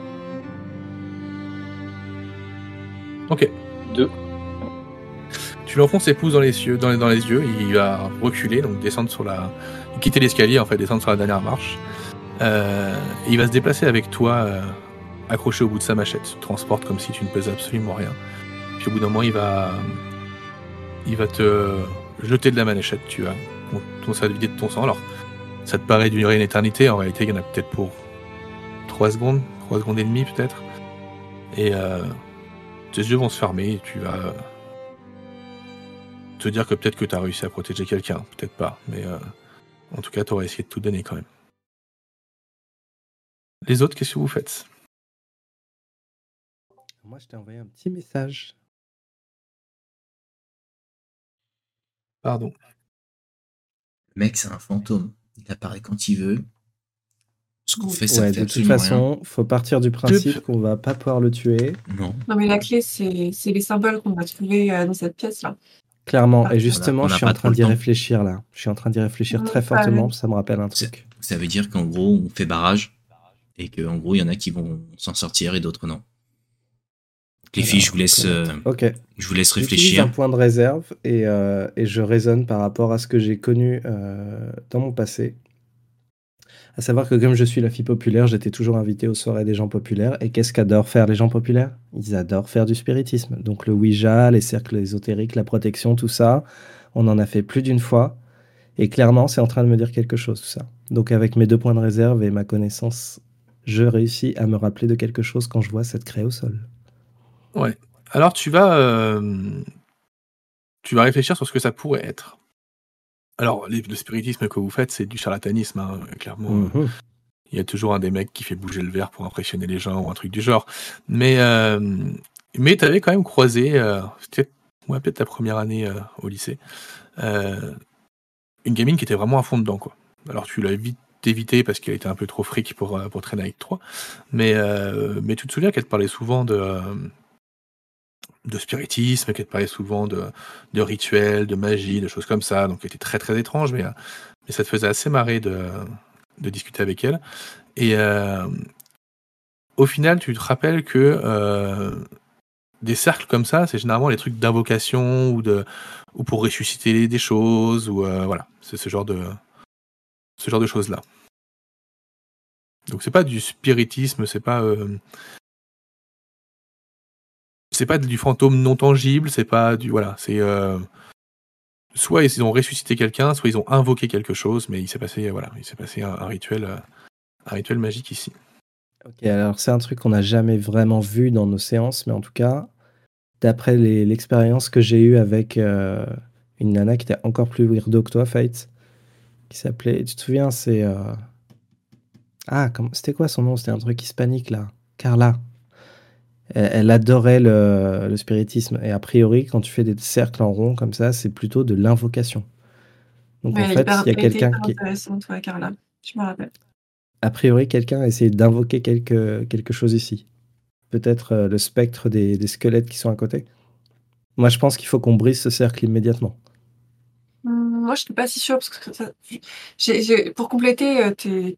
Ok. 2. Tu l'enfonces ses pouces dans les yeux, dans les yeux, il va reculer, donc descendre quitter l'escalier en fait, descendre sur la dernière marche. Et il va se déplacer avec toi, accroché au bout de sa machette. Tu te transportes comme si tu ne pesais absolument rien. Puis au bout d'un moment, il va te jeter de la manchette. Tu vas commencer à te vider de ton sang. Alors, ça te paraît durer une éternité. En réalité, il y en a peut-être pour 3 secondes et demie peut-être. Et tes yeux vont se fermer et tu vas te dire que peut-être que tu as réussi à protéger quelqu'un. Peut-être pas, mais en tout cas, tu aurais essayé de tout donner quand même. Les autres, qu'est-ce que vous faites ? Moi, je t'ai envoyé un petit message. Pardon. Le mec, c'est un fantôme. Il apparaît quand il veut. Ce qu'on fait, ça Ouais, fait de toute absolument façon, faut partir du principe qu'on va pas pouvoir le tuer. rien. Non. Non, mais la clé, c'est les symboles qu'on va trouver dans cette pièce-là. Clairement. Ah. Et justement, On a je suis pas en train trop le d'y temps. réfléchir là. Je suis en train d'y réfléchir très Pareil. fortement. Ça me rappelle un truc. Ça veut dire qu'en gros, on fait barrage et qu'en gros, il y en a qui vont s'en sortir et d'autres non. Les filles, je vous laisse Ok. J'utilise un J'utilise réfléchir. point de réserve et je raisonne par rapport à ce que j'ai connu dans mon passé. À savoir que comme je suis la fille populaire, j'étais toujours invité aux soirées des gens populaires. Et qu'est-ce qu'adorent faire les gens populaires ? Ils adorent faire du spiritisme. Donc le Ouija, les cercles ésotériques, la protection, tout ça, on en a fait plus d'une fois. Et clairement, c'est en train de me dire quelque chose, tout ça. Donc avec mes 2 points de réserve et ma connaissance, je réussis à me rappeler de quelque chose quand je vois cette craie au sol. Ouais. Alors tu vas réfléchir sur ce que ça pourrait être. Alors le spiritisme que vous faites, c'est du charlatanisme, hein, clairement. Mhm. Il y a toujours un des mecs qui fait bouger le verre pour impressionner les gens ou un truc du genre. Mais t'avais quand même croisé, c'était peut-être ta première année au lycée, une gamine qui était vraiment à fond dedans, quoi. Alors tu l'as vite évité parce qu'elle était un peu trop fric pour traîner avec toi. Mais tu te souviens qu'elle te parlait souvent de spiritisme, qu'elle te parlait souvent de rituels, de magie, de choses comme ça. Donc elle était très très étrange, mais ça te faisait assez marrer de discuter avec elle. Et au final, tu te rappelles que des cercles comme ça, c'est généralement les trucs d'invocation ou pour ressusciter des choses, ou voilà, c'est ce genre de choses-là. Donc c'est pas du spiritisme, c'est pas du fantôme non tangible, c'est pas du voilà, c'est soit ils ont ressuscité quelqu'un, soit ils ont invoqué quelque chose, mais il s'est passé un rituel magique ici. Ok, alors c'est un truc qu'on n'a jamais vraiment vu dans nos séances, mais en tout cas, d'après l'expérience que j'ai eue avec une nana qui était encore plus weirdo que toi, Fate, qui s'appelait, tu te souviens, c'est... c'était quoi son nom? C'était un truc hispanique, là. Carla. Elle adorait le spiritisme, et a priori, quand tu fais des cercles en rond comme ça, c'est plutôt de l'invocation. Donc Ouais, en fait, il y a elle était quelqu'un hyper qui... intéressante, ouais, Carla. Je me rappelle. A priori, quelqu'un a essayé d'invoquer quelque chose ici. Peut-être le spectre des squelettes qui sont à côté. Moi, je pense qu'il faut qu'on brise ce cercle immédiatement. Moi, je suis pas si sûre parce que pour compléter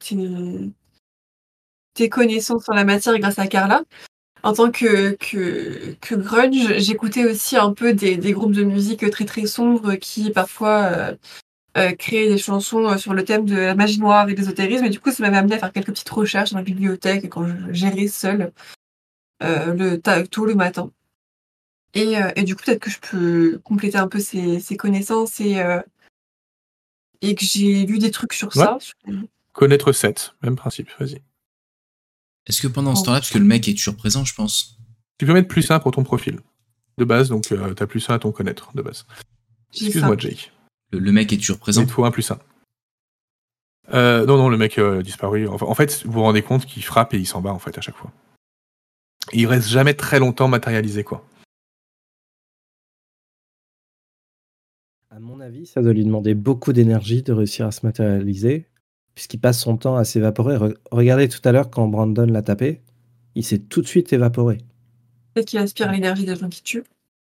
tes connaissances en la matière grâce à Carla, en tant que grunge, j'écoutais aussi un peu des groupes de musique très très sombres qui parfois créaient des chansons sur le thème de la magie noire et de l'ésotérisme. Et du coup, ça m'avait amené à faire quelques petites recherches dans la bibliothèque quand je gérais seule tôt le matin. Et du coup, peut-être que je peux compléter un peu ces connaissances et que j'ai lu des trucs sur ça. Connaître 7, même principe, vas-y. Est-ce que pendant ce temps-là, parce que le mec est toujours présent, je pense. Tu peux mettre +1 pour ton profil de base, donc t'as +1 à ton connaître de base. Excuse-moi, Jake. Le mec est toujours présent. Il te faut un +1. Non, le mec a disparu. Enfin, en fait, vous vous rendez compte qu'il frappe et il s'en bat en fait à chaque fois. Et il reste jamais très longtemps matérialisé, quoi. À mon avis, ça doit lui demander beaucoup d'énergie de réussir à se matérialiser, puisqu'il passe son temps à s'évaporer. Regardez tout à l'heure quand Brandon l'a tapé, il s'est tout de suite évaporé. Peut-être qu'il aspire l'énergie des gens qui tuent.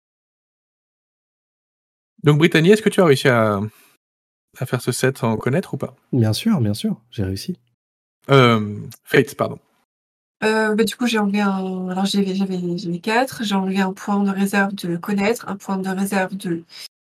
Donc, Brittany, est-ce que tu as réussi à faire ce set sans connaître ou pas ? Bien sûr, j'ai réussi. Fate, pardon. Du coup, j'ai enlevé un. Alors, j'avais 4. J'ai enlevé un point de réserve de connaître, un point de réserve de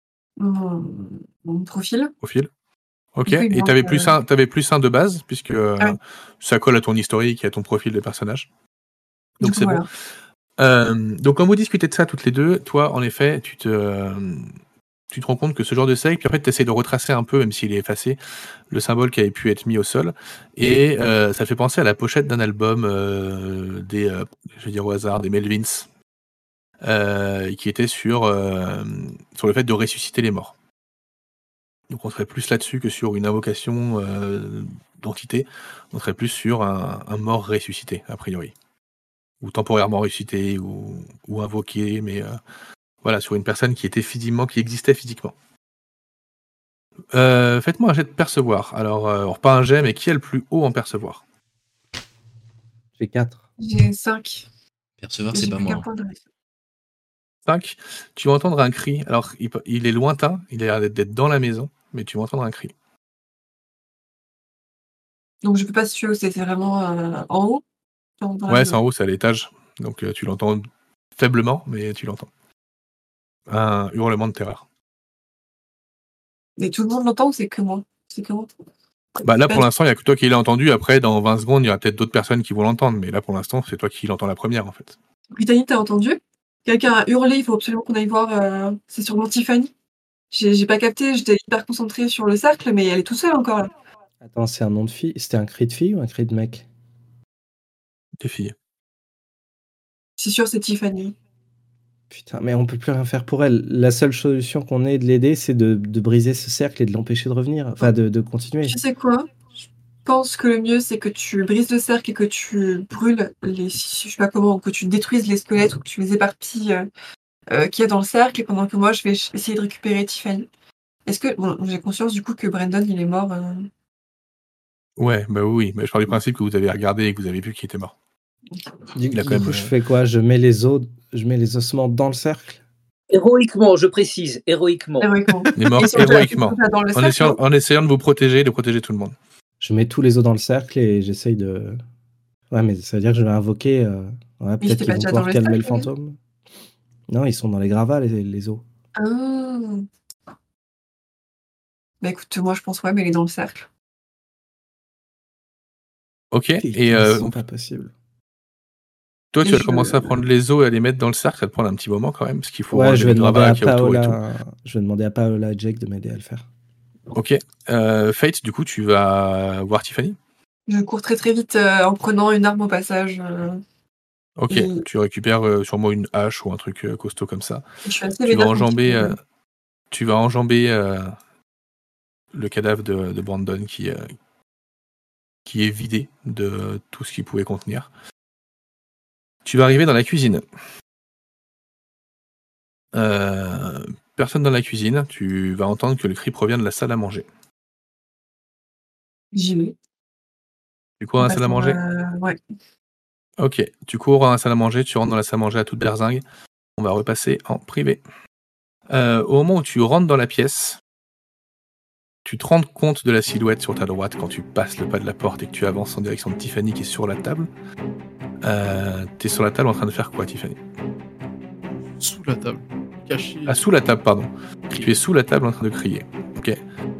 mon profil. Profil. Ok. Du coup, il me Et manque, t'avais plus un de base, puisque Ah oui. ça colle à ton historique et à ton profil de personnage. Du Donc coup, c'est voilà. bon. Donc quand vous discutez de ça toutes les deux, toi, en effet, tu te rends compte que ce genre de save, puis en fait, tu essaies de retracer un peu, même s'il est effacé, le symbole qui avait pu être mis au sol. Et ça fait penser à la pochette d'un album je vais dire au hasard, des Melvins, qui était sur le fait de ressusciter les morts. Donc on serait plus là-dessus que sur une invocation d'entité. On serait plus sur un mort ressuscité, a priori. Ou temporairement ressuscité, ou invoqué, mais voilà, sur une personne qui existait physiquement. Faites-moi un jet de percevoir. Alors, pas un jet, mais qui est le plus haut en percevoir? J'ai 4. J'ai 5. Percevoir, Mais c'est j'ai pas plus moi. qu'un point de réussite. 5. Tu vas entendre un cri. Alors, il est lointain, il a l'air d'être dans la maison, mais tu vas entendre un cri. Donc, je peux pas situer où c'est vraiment en haut. Dans la Ouais, maison. c'est en haut, c'est à l'étage. Donc, tu l'entends faiblement, mais tu l'entends. Un hurlement de terreur. Mais tout le monde l'entend ou c'est que moi? C'est que moi. Bah là, pour l'instant, il n'y a que toi qui l'as entendu. Après, dans 20 secondes, il y aura peut-être d'autres personnes qui vont l'entendre. Mais là, pour l'instant, c'est toi qui l'entends la première, en fait. Brittany, t'as entendu? Quelqu'un a hurlé, il faut absolument qu'on aille voir. C'est sûrement Tiffany. J'ai pas capté, j'étais hyper concentrée sur le cercle, mais elle est toute seule encore là. Attends, c'est un nom de fille? C'était un cri de fille ou un cri de mec? Tes filles. C'est sûr, c'est Tiffany. Putain, mais on peut plus rien faire pour elle. La seule solution qu'on ait de l'aider, c'est de briser ce cercle et de l'empêcher de revenir. Enfin, de continuer. Tu sais quoi? Je pense que le mieux, c'est que tu brises le cercle et que tu brûles je sais pas comment, que tu détruises les squelettes ou que tu les éparpilles qu'il y a dans le cercle, et pendant que moi, je vais essayer de récupérer Tiffany. Est-ce que... Bon, j'ai conscience du coup que Brandon, il est mort. Ouais, bah oui. Mais je pars du principe que vous avez regardé et que vous avez vu qu'il était mort. Du coup, je fais quoi? Je mets les ossements dans le cercle? Héroïquement, je précise, héroïquement. Héroïquement. Il est mort Ils sont déjà- héroïquement. ils sont déjà dans le cercle, non En essayant de protéger tout le monde. Je mets tous les os dans le cercle et j'essaye de... Ouais, mais ça veut dire que je vais invoquer... Ouais, Mais ils peut-être étaient qu'ils pas vont déjà pouvoir dans le calmer le cercle, fantôme. Non, ils sont dans les gravats, les os. Ah. Bah écoute, moi je pense ouais, mais elle est dans le cercle. Ok. Les Et guises sont pas possibles. toi, Et tu vas je- commencer à prendre les os et à les mettre dans le cercle. Ça te prend un petit moment quand même, parce qu'il faut Ouais, enlever je vais les demander gravats à qu'il y a autour et tout. Paola... Je vais demander à Paola et Jake de m'aider à le faire. Ok. Fate, du coup, tu vas voir Tiffany. Je cours très très vite en prenant une arme au passage. Ok. Et- Tu récupères sûrement une hache ou un truc costaud comme ça. Je suis assez Tu vas vénère enjamber, contre le cadavre de Brandon qui est vidé de tout ce qu'il pouvait contenir. Tu vas arriver dans la cuisine. Personne dans la cuisine. Tu vas entendre que le cri provient de la salle à manger. J'y vais. Tu cours dans la salle à manger? Ouais. Ok. Tu cours dans la salle à manger, tu rentres dans la salle à manger à toute berzingue. On va repasser en privé. Au moment où tu rentres dans la pièce, tu te rends compte de la silhouette sur ta droite quand tu passes le pas de la porte et que tu avances en direction de Tiffany qui est sur la table. T'es sur la table en train de faire quoi, Tiffany? Sous la table. Caché. Ah, sous la table, pardon. Tu es sous la table en train de crier. Ok.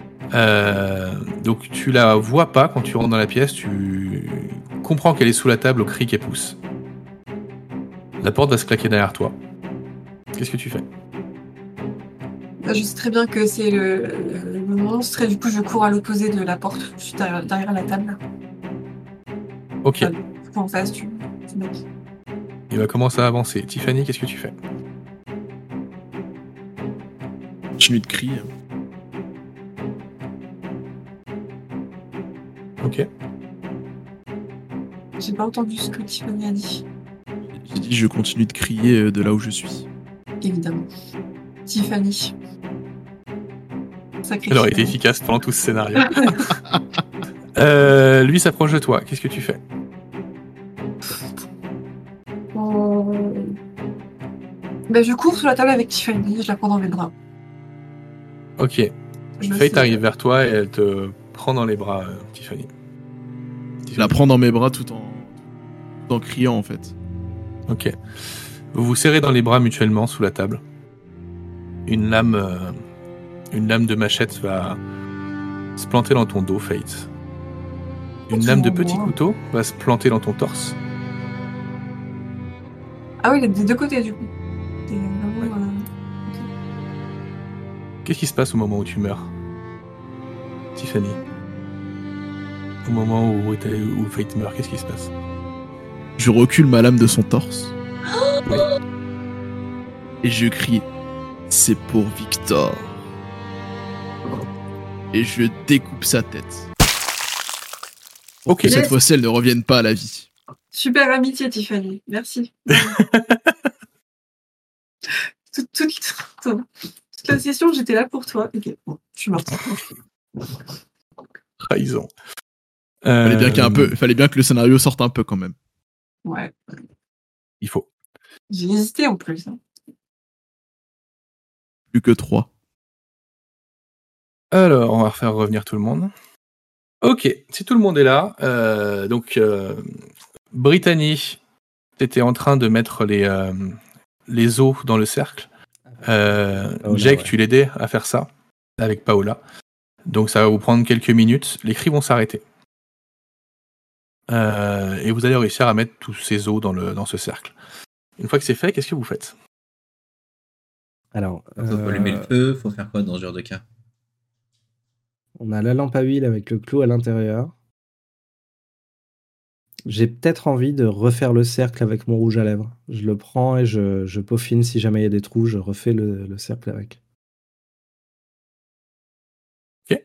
Donc tu la vois pas quand tu rentres dans la pièce, tu comprends qu'elle est sous la table au cri qu'elle pousse. La porte va se claquer derrière toi. Qu'est-ce que tu fais? Je sais très bien que c'est le monstre et du coup je cours à l'opposé de la porte. Je suis derrière la table. Ok. En face du mec. Il va commencer à avancer. Tiffany, qu'est-ce que tu fais? Continue de crier. Ok. J'ai pas entendu ce que Tiffany a dit. J'ai dit je continue de crier de là où je suis. Évidemment. Tiffany. Sacré Elle aurait été Tiffany. efficace pendant tout ce scénario. Lui s'approche de toi. Qu'est-ce que tu fais? Ben, je cours sur la table avec Tiffany, je la prends dans mes bras. Ok. Faye arrive vers toi et elle te prend dans les bras, Tiffany. Je la prends dans mes bras tout en en criant en fait. Ok. Vous vous serrez dans les bras mutuellement sous la table. Une lame de machette va se planter dans ton dos, Fate. Une lame de petit couteau va se planter dans ton torse. Ah oui, des deux côtés du coup. C'est vraiment, Qu'est-ce qui se passe au moment où tu meurs, Tiffany? Au moment où Fate meurt, qu'est-ce qui se passe? Je recule ma lame de son torse. Et je crie, c'est pour Victor. Et je découpe sa tête. Ok. Que cette fois-ci, elle ne revienne pas à la vie. Super amitié, Tiffany. Merci. toute la session, j'étais là pour toi. Ok, bon, je suis morte. Trahison. Fallait bien que le scénario sorte un peu quand même. Ouais. Il faut. J'ai hésité en plus. Hein. Plus que 3. Alors, on va refaire revenir tout le monde. Ok, si tout le monde est là, Brittany, t'étais en train de mettre les os dans le cercle. Jake, tu l'aidais à faire ça avec Paola. Donc ça va vous prendre quelques minutes. Les cris vont s'arrêter. Et vous allez réussir à mettre tous ces os dans ce cercle. Une fois que c'est fait, qu'est-ce que vous faites? Alors, Faut allumer le feu, faut faire quoi dans ce genre de cas? on a la lampe à huile avec le clou à l'intérieur. J'ai peut-être envie de refaire le cercle avec mon rouge à lèvres. Je le prends et je peaufine. Si jamais il y a des trous, je refais le cercle avec. Ok.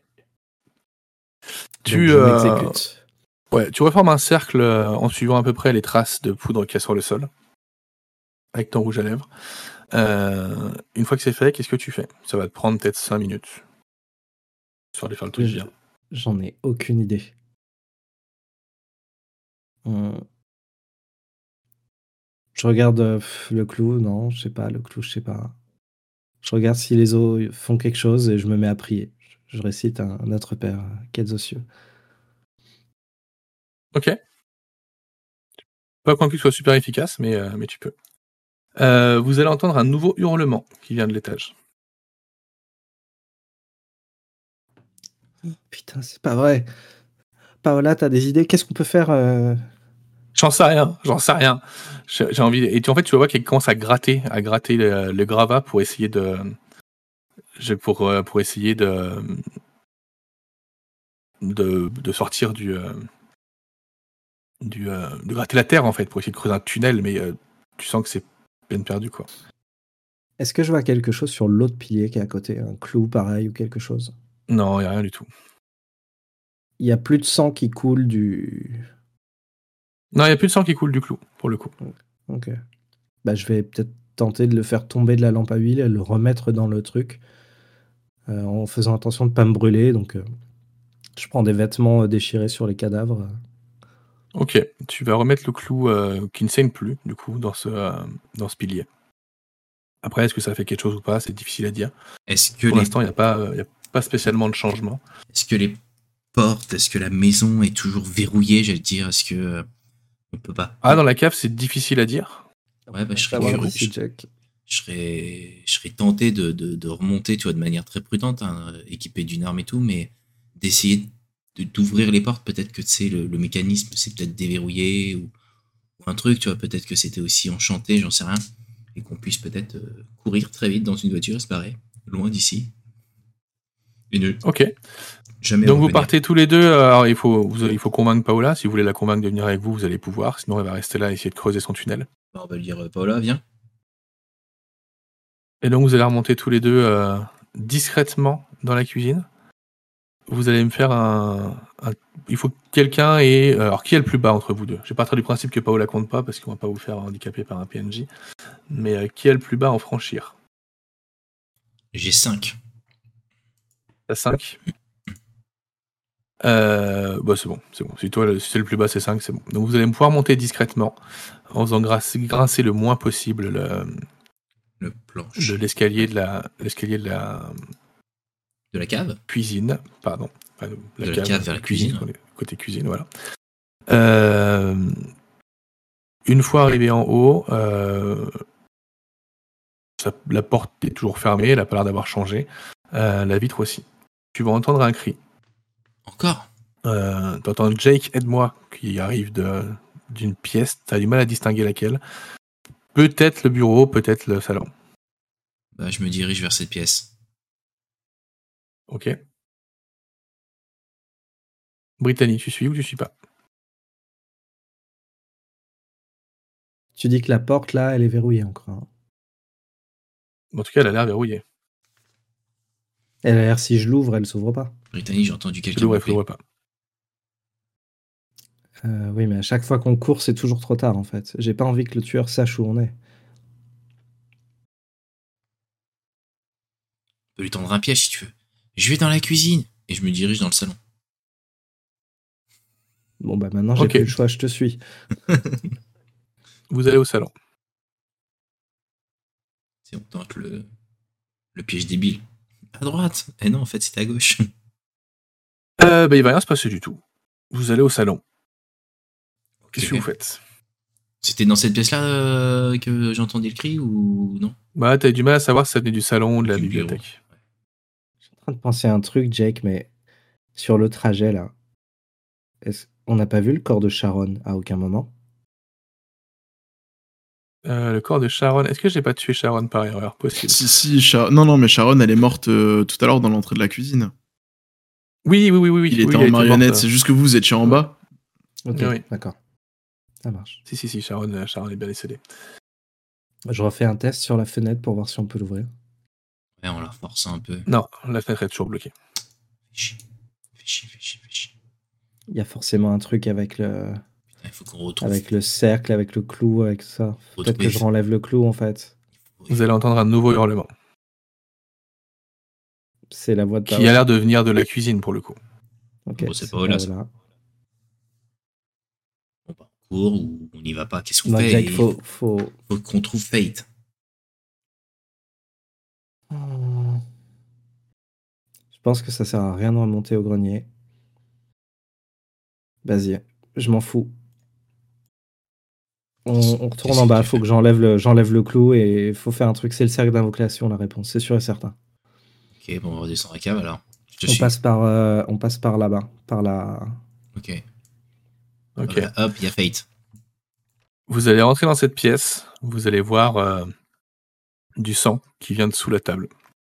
Je m'exécute. Ouais, tu reformes un cercle en suivant à peu près les traces de poudre qu'il y a sur le sol. Avec ton rouge à lèvres. Une fois que c'est fait, qu'est-ce que tu fais? Ça va te prendre peut-être 5 minutes. Sur de faire le truc bien. J'en ai aucune idée. Je regarde le clou, non, je sais pas, le clou, je sais pas. Je regarde si les os font quelque chose et je me mets à prier. Je récite un Notre Père, quêtes aux cieux. Ok. Pas convaincu que ce soit super efficace, mais tu peux. Vous allez entendre un nouveau hurlement qui vient de l'étage. Putain, c'est pas vrai. Paola, t'as des idées? Qu'est-ce qu'on peut faire J'en sais rien. J'ai envie. Et en fait, tu vois qu'elle commence à gratter le gravat pour essayer de. Pour essayer de sortir de gratter la terre en fait, pour essayer de creuser un tunnel, mais tu sens que c'est peine perdue quoi. Est-ce que je vois quelque chose sur l'autre pilier qui est à côté? Un clou pareil ou quelque chose? Non, il n'y a rien du tout. Il y a plus de sang qui coule du... Non, il n'y a plus de sang qui coule du clou, pour le coup. Ok. Bah, je vais peut-être tenter de le faire tomber de la lampe à huile et le remettre dans le truc. En faisant attention de ne pas me brûler. Donc, je prends des vêtements déchirés sur les cadavres. Ok, tu vas remettre le clou qui ne saigne plus, du coup, dans ce pilier. Après, est-ce que ça fait quelque chose ou pas? C'est difficile à dire. Pour l'instant, il n'y a pas spécialement de changement. Est-ce que les portes, est-ce que la maison est toujours verrouillée, j'allais dire? Est-ce que on peut pas? Ah, dans la cave, c'est difficile à dire. Ouais, bah, je serais tenté de remonter, tu vois, de manière très prudente, hein, équipé d'une arme et tout, mais d'essayer d'ouvrir les portes. Peut-être que tu sais, le mécanisme c'est peut-être déverrouillé ou un truc, tu vois. Peut-être que c'était aussi enchanté, j'en sais rien, et qu'on puisse peut-être courir très vite dans une voiture, c'est pareil, loin d'ici. Ok. Jamais donc revenir. vous partez tous les deux. Alors il faut convaincre Paola. Si vous voulez la convaincre de venir avec vous, vous allez pouvoir. Sinon, elle va rester là et essayer de creuser son tunnel. On va lui dire Paola, viens. Et donc vous allez remonter tous les deux discrètement dans la cuisine. Vous allez me faire il faut que quelqu'un ait... Alors qui est le plus bas entre vous deux? Je vais partir du principe que Paola compte pas parce qu'on va pas vous faire handicaper par un PNJ. Mais qui est le plus bas en franchir? J'ai 5. T'as 5? Bah c'est bon. Si c'est le plus bas, c'est 5, c'est bon. Donc vous allez pouvoir monter discrètement en faisant grincer le moins possible le planche. l'escalier de la cave. Cuisine, pardon. La cave vers la cuisine. Côté cuisine, voilà. Une fois arrivé en haut, la porte est toujours fermée, elle n'a pas l'air d'avoir changé. La vitre aussi. Tu vas entendre un cri. Encore? T'entends Jake, aide-moi, qui arrive d'une pièce. T'as du mal à distinguer laquelle. Peut-être le bureau, peut-être le salon. Bah, je me dirige vers cette pièce. Ok. Brittany, tu suis ou tu suis pas? Tu dis que la porte, là, elle est verrouillée encore. Hein. En tout cas, elle a l'air verrouillée. Elle a l'air, si je l'ouvre, elle s'ouvre pas. Brittany, j'ai entendu Tu quelqu'un l'ouvres, elle m'appeler. s'ouvre pas. Oui, mais à chaque fois qu'on court, c'est toujours trop tard, en fait. J'ai pas envie que le tueur sache où on est. Je peux lui tendre un piège si tu veux. Je vais dans la cuisine et je me dirige dans le salon. Bon, bah maintenant, j'ai Ok. plus le choix, je te suis. Vous allez au salon. C'est on tente le piège débile. À droite. Eh non, en fait, c'était à gauche. Il va rien se passer du tout. Vous allez au salon. Qu'est-ce que vous faites? C'était dans cette pièce-là que j'entendais le cri ou non? Bah, t'as du mal à savoir si ça venait du salon ou de la Du bureau. bibliothèque. Je suis en train de penser à un truc, Jake, mais sur le trajet, là, on n'a pas vu le corps de Sharon à aucun moment? Le corps de Sharon. Est-ce que j'ai pas tué Sharon par erreur? Possible. Si, non, mais Sharon, elle est morte tout à l'heure dans l'entrée de la cuisine. Oui. Il était Oui, en marionnette, morte. c'est juste que vous étiez en bas. Ok, Oui. d'accord. Ça marche. Si, Sharon est bien décédée. Je refais un test sur la fenêtre pour voir si on peut l'ouvrir. Ouais, on la force un peu. Non, la fenêtre est toujours bloquée. Fais chier. Il y a forcément un truc avec le, Putain, il faut qu'on retrouve. avec le cercle, avec le clou, avec ça. Peut-être que je renlève le clou, en fait. Vous allez entendre un nouveau hurlement. C'est la voix de Qui Paola. a l'air de venir de la cuisine pour le coup. Ok, Bon, c'est Paola, ça. Paola. On part en cours ou on n'y va pas? Qu'est-ce qu'on Non, fait? Jake, Il faut... faut qu'on trouve Fate. Je pense que ça sert à rien de remonter au grenier. Vas-y, je m'en fous. On retourne en bas, faut que j'enlève le clou et faut faire un truc. C'est le cercle d'invocation, la réponse, c'est sûr et certain. Ok, bon, on redescend la cave alors. Je te On suis. passe par là-bas, par la... Ok. Ok. Voilà, hop, il y a Fate. Vous allez rentrer dans cette pièce. Vous allez voir du sang qui vient de sous la table.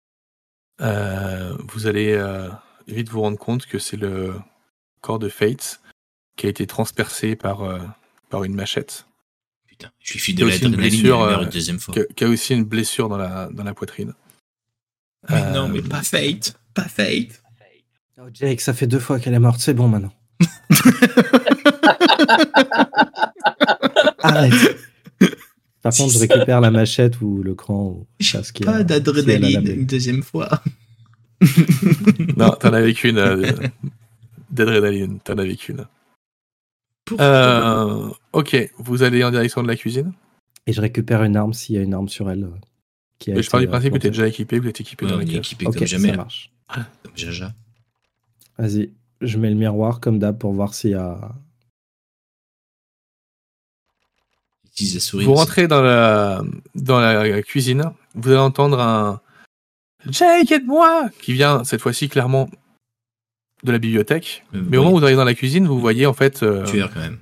Vous allez vite vous rendre compte que c'est le corps de Fate qui a été transpercé par une machette. Putain, je suis de Il y a aussi une l'adrénaline, blessure, il meurt une deuxième fois. Qui a aussi une blessure dans la poitrine. Mais non, mais pas Fate. Pas Fate. Oh, Jake, ça fait 2 fois qu'elle est morte, c'est bon maintenant. Arrête. Par contre, je récupère la machette ou le cran. Ou J'ai ce qui pas a- d'adrénaline qui a la une deuxième fois. Non, t'en avais qu'une d'adrénaline. T'en avais qu'une. Ok, vous allez en direction de la cuisine. Et je récupère une arme s'il y a une arme sur elle. Qui a Mais je pars été, du principe que t'es plantée. déjà équipé, vous êtes équipé Ouais, dans on la est cave. équipé Ok, comme jamais. ça là. marche. Comme Jaja. Vas-y, je mets le miroir comme d'hab pour voir s'il y a... Utilise la souris. Vous aussi. rentrez dans la cuisine, vous allez entendre un Jake, aide-moi qui vient cette fois-ci clairement de la bibliothèque. Mais au moment où vous arrivez dans la cuisine, vous voyez en fait Tueur quand même.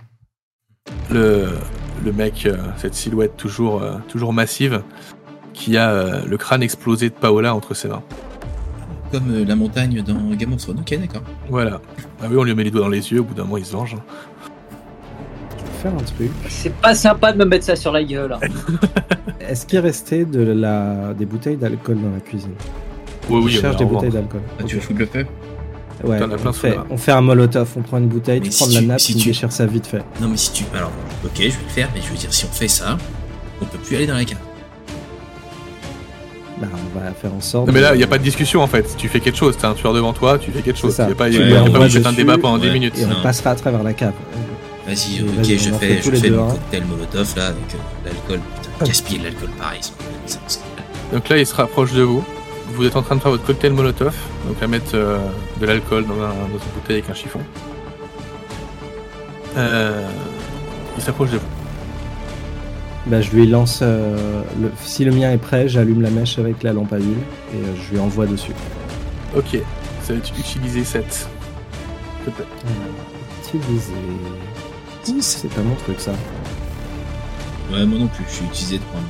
le mec, cette silhouette toujours massive, qui a le crâne explosé de Paola entre ses mains. Comme la montagne dans Game of Thrones. Ok, d'accord. Voilà. Ah oui, on lui met les doigts dans les yeux, au bout d'un moment il se venge. Je vais faire un truc. C'est pas sympa de me mettre ça sur la gueule. Est-ce qu'il est resté des bouteilles d'alcool dans la cuisine? Oui, Je cherche des bouteilles d'alcool. Ah, tu Ok. veux foutre le feu? Ouais, T'en as plein sous la main. on fait un molotov, on prend une bouteille, Mais tu si prends de la tu- nappe, si tu tu- déchires ça vite fait. Non, mais si tu. Alors, ok, je vais le faire, mais je veux dire, si on fait ça, on peut plus aller dans la cave. Bah, on va faire en sorte... Non, mais là, il n'y a pas de discussion en fait. Tu fais quelque chose, t'as un tueur devant toi, tu fais quelque chose. C'est ça. Il n'y a pas Ouais, il y a on pas va eu un dessus, débat pendant 10 ouais. minutes. Et on Non. passera à travers la cave. Vas-y, Vas-y, ok, on je en fait fais, tous je les fais deux, mon hein. cocktail Molotov là avec l'alcool. Putain, gaspiller de l'alcool pareil. Donc là, il se rapproche de vous. Vous êtes en train de faire votre cocktail Molotov, donc à mettre de l'alcool dans une bouteille avec un chiffon. Il s'approche de vous. Bah, je lui lance. Si le mien est prêt, j'allume la mèche avec la lampe à huile et je lui envoie dessus. Ok, ça va être utiliser 7. S'il te plaît. Utiliser. C'est pas mon truc ça. Ouais, moi non plus, je suis utilisé de prendre.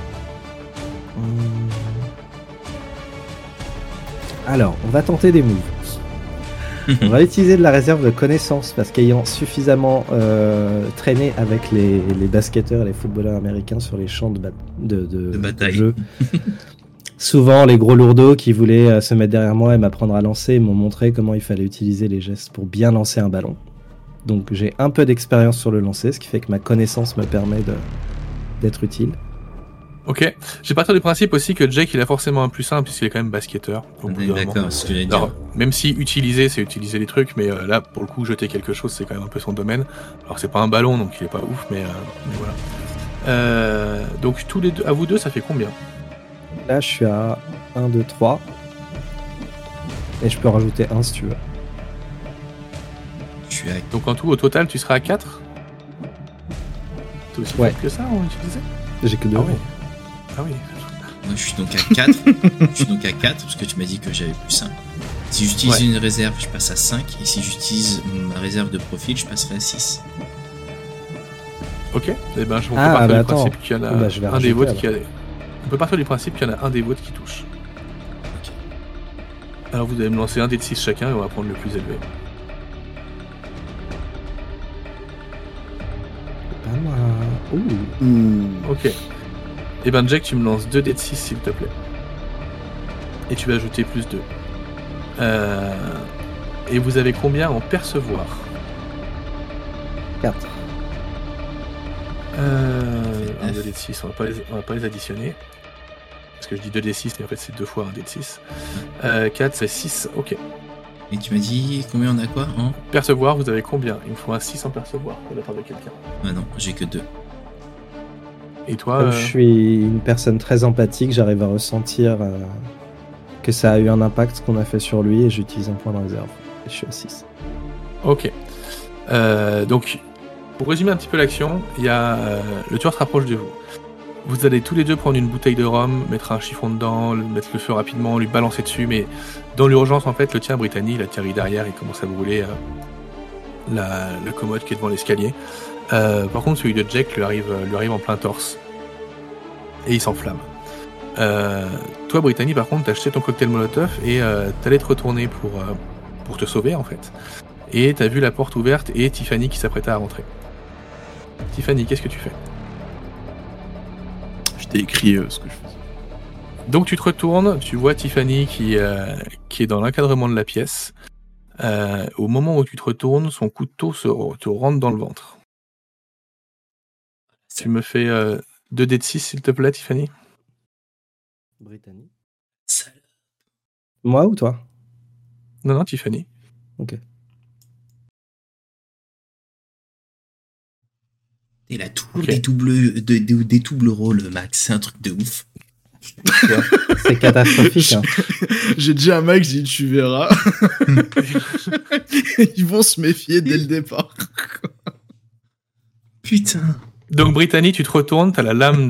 Alors, on va tenter des moves. On va utiliser de la réserve de connaissances parce qu'ayant suffisamment traîné avec les basketteurs et les footballeurs américains sur les champs de bataille. jeu, souvent les gros lourdeaux qui voulaient se mettre derrière moi et m'apprendre à lancer m'ont montré comment il fallait utiliser les gestes pour bien lancer un ballon. Donc j'ai un peu d'expérience sur le lancer, ce qui fait que ma connaissance me permet d'être utile. Ok, j'ai parti du principe aussi que Jake il a forcément un +1 puisqu'il est quand même basketteur. D'accord, c'est ce que j'allais dire. Alors, même si utiliser, c'est utiliser les trucs, mais là, pour le coup, jeter quelque chose, c'est quand même un peu son domaine. Alors, c'est pas un ballon, donc il est pas ouf, mais voilà. Donc, tous les deux, à vous deux, ça fait combien? Là, je suis à 1, 2, 3. Et je peux rajouter 1 si tu veux. Je suis à... Donc, en tout, au total, tu seras à 4? T'es aussi faible que ça, en utilisé? J'ai que 2. Ah oui. Ah oui. Moi, je suis donc à 4. Je suis donc à 4 parce que tu m'as dit que j'avais +1. Si j'utilise une réserve, je passe à 5. Et si j'utilise ma réserve de profil, je passerai à 6. Ok. Et ben, on peut partir du principe qu'il y en a un des vôtres qui a... On peut partir du principe qu'il y en a un des vôtres qui touche. Ok. Alors, vous allez me lancer un dé de 6 chacun et on va prendre le plus élevé. Pas moi. Ok. Et ben Jack, tu me lances 2 dés de 6 s'il te plaît. Et tu vas ajouter +2. Et vous avez combien en percevoir? 4. Un 2 dés de 6, on va pas les additionner. Parce que je dis 2 dés de 6, mais en fait c'est 2 fois un dé de 6. 4, c'est 6, ok. Et tu m'as dit combien on a quoi en Percevoir, vous avez combien? Il me faut un 6 en percevoir de la part de quelqu'un. Ah non, j'ai que 2. Et toi Comme je suis une personne très empathique, j'arrive à ressentir que ça a eu un impact ce qu'on a fait sur lui et j'utilise un point de réserve. Et je suis à 6. Ok. Donc, pour résumer un petit peu l'action, il y a le tueur se rapproche de vous. Vous allez tous les deux prendre une bouteille de rhum, mettre un chiffon dedans, mettre le feu rapidement, lui balancer dessus, mais dans l'urgence, en fait, le tien, Brittany, il atterrit derrière, il commence à brûler le commode qui est devant l'escalier. Par contre, celui de Jack lui arrive en plein torse. Et il s'enflamme. Toi, Brittany, par contre, t'as acheté ton cocktail Molotov et t'allais te retourner pour te sauver, en fait. Et t'as vu la porte ouverte et Tiffany qui s'apprêtait à rentrer. Tiffany, qu'est-ce que tu fais? Je t'ai écrit ce que je faisais. Donc tu te retournes, tu vois Tiffany qui est dans l'encadrement de la pièce. Au moment où tu te retournes, son couteau te rentre dans le ventre. Tu me fais 2 dés de 6 s'il te plaît, Tiffany. Brittany. Moi ou toi? Non, Tiffany. Ok. Et là, toujours des doubles rôles, Max. C'est un truc de ouf. C'est catastrophique. Hein. J'ai déjà un mec, j'ai dit tu verras. Ils vont se méfier dès le départ. Putain. Donc Brittany, tu te retournes, t'as la lame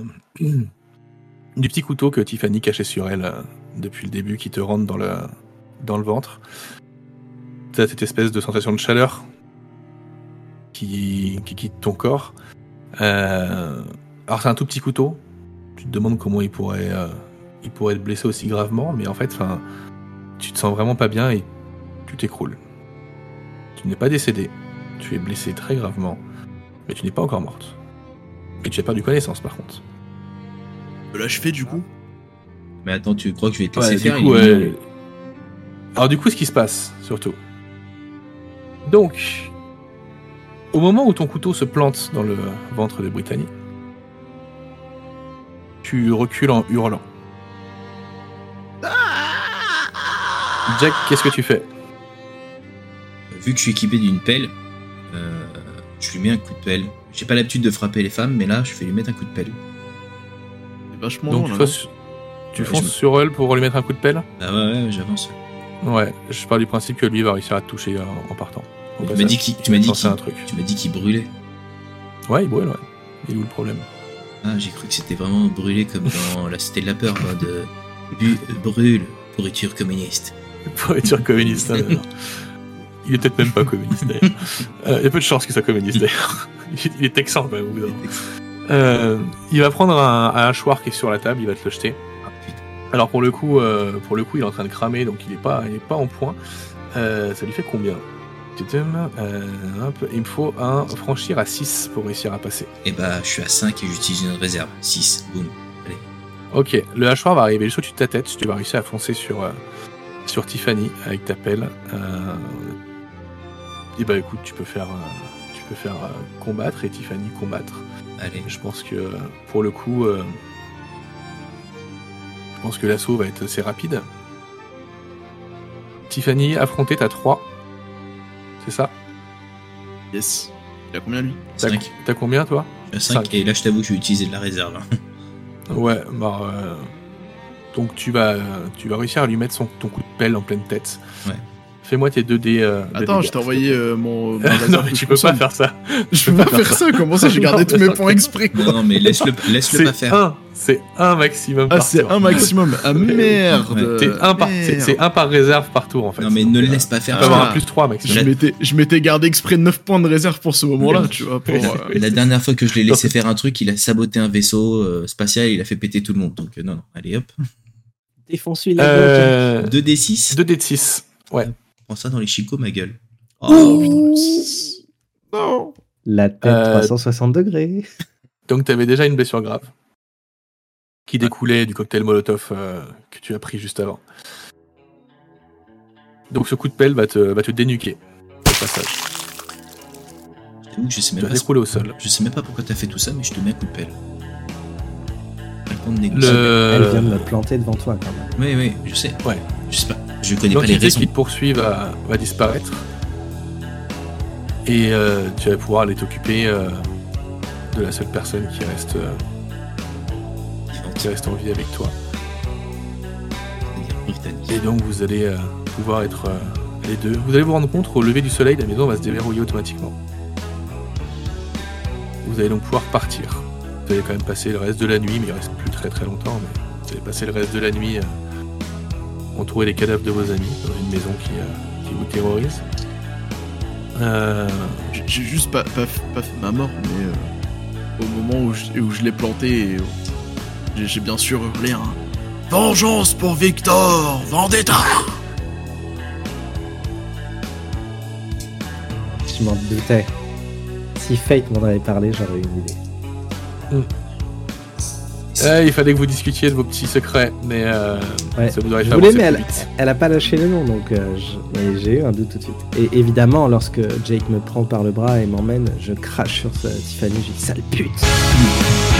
du petit couteau que Tiffany cachait sur elle depuis le début qui te rentre dans le ventre. T'as cette espèce de sensation de chaleur qui quitte ton corps. Alors c'est un tout petit couteau. Tu te demandes comment il pourrait te blesser aussi gravement, mais en fait, tu te sens vraiment pas bien et tu t'écroules. Tu n'es pas décédé, tu es blessé très gravement, mais tu n'es pas encore morte. Et tu as perdu connaissance par contre. Là, je fais du coup. Mais attends, tu crois que je vais te laisser faire du coup, alors du coup, ce qui se passe, surtout. Donc, au moment où ton couteau se plante dans le ventre de Brittany, tu recules en hurlant. Jack, qu'est-ce que tu fais? Vu que je suis équipé d'une pelle, je lui mets un coup de pelle. J'ai pas l'habitude de frapper les femmes, mais là, je vais lui mettre un coup de pelle. C'est vachement donc long, tu fonces sur elle pour lui mettre un coup de pelle? Ah ouais, j'avance. Ouais, je pars du principe que lui va réussir à te toucher en partant. Tu m'as dit qu'il brûlait. Ouais, il brûle, ouais. Il est où le problème? Ah, j'ai cru que c'était vraiment brûlé comme dans La Cité de la Peur, quoi, de brûle, pourriture communiste. Pourriture communiste, hein, non. Il est peut-être même pas communiste d'ailleurs. Il y a peu de chances qu'il soit communiste d'ailleurs. Il est texan quand même au bout d'un moment. Il va prendre un hachoir qui est sur la table, il va te le jeter. Ah, putain. Alors pour le coup, il est en train de cramer, donc il est pas en point. Ça lui fait combien? Hop, il me faut un franchir à 6 pour réussir à passer. Et bah, je suis à 5 et j'utilise une réserve. 6, boum. Allez. Ok, le hachoir va arriver juste au-dessus de ta tête. Tu vas réussir à foncer sur Tiffany avec ta pelle. Et bah écoute, tu peux faire combattre et Tiffany combattre. Allez. Je pense que pour le coup, l'assaut va être assez rapide. Tiffany, affronter, t'as 3. C'est ça? Yes. Il a combien lui? 5. T'as combien toi? 5. Et là, je t'avoue que je vais utiliser de la réserve. Ouais, bah. Donc tu vas réussir à lui mettre ton coup de pelle en pleine tête. Ouais. Fais-moi tes 2 dés. Attends, je t'ai envoyé mon. Non, mais tu peux pas faire ça. Je peux pas faire ça. Comment ça? J'ai gardé tous mes points exprès. Quoi. Non, mais laisse-le pas faire. C'est un maximum. Ah, par c'est tour. un maximum. Ah merde. Ouais. C'est un par réserve par tour en fait. Non, mais ne le laisse pas faire. Tu peux avoir un +3 maximum. Je m'étais gardé exprès 9 points de réserve pour ce moment-là, tu vois. Pour, La dernière fois que je l'ai laissé faire un truc, il a saboté un vaisseau spatial et il a fait péter tout le monde. Donc, non, allez hop. Défonce-lui la gueule. 2d6. 2d6. Ouais. Prends ça dans les chicots, ma gueule. Oh, non. La tête 360 degrés. Donc t'avais déjà une blessure grave qui découlait du cocktail Molotov que tu as pris juste avant. Donc ce coup de pelle va te dénuquer au passage. J'avoue que je sais Tu même vas pas. découler au sol. Je sais même pas pourquoi t'as fait tout ça, mais je te mets un coup de pelle. Pas le temps de Elle négocier. vient de me planter devant toi quand même. Oui, je sais. Ouais. Je sais pas. Je connais pas les L'entité raisons. qui te poursuit va disparaître. Et tu vas pouvoir aller t'occuper de la seule personne qui reste en vie avec toi. C'est-à-dire britannique. Et donc vous allez pouvoir être les deux. Vous allez vous rendre compte qu'au lever du soleil, la maison va se déverrouiller automatiquement. Vous allez donc pouvoir partir. Vous allez quand même passer le reste de la nuit, mais il reste plus très très longtemps. Mais vous allez passer le reste de la nuit entouré des cadavres de vos amis dans une maison qui vous terrorise. J'ai juste pas fait ma mort, mais au moment où je l'ai planté, j'ai bien sûr hurlé un vengeance pour Victor, Vendetta. Je m'en doutais. Si Fate m'en avait parlé, j'aurais eu une idée. Il fallait que vous discutiez de vos petits secrets, mais Ouais. ça vous aurait Je fait voulais, avancer mais plus vite. elle a pas lâché le nom, donc mais j'ai eu un doute tout de suite. Et évidemment, lorsque Jake me prend par le bras et m'emmène, je crache sur Tiffany, je dis sale pute.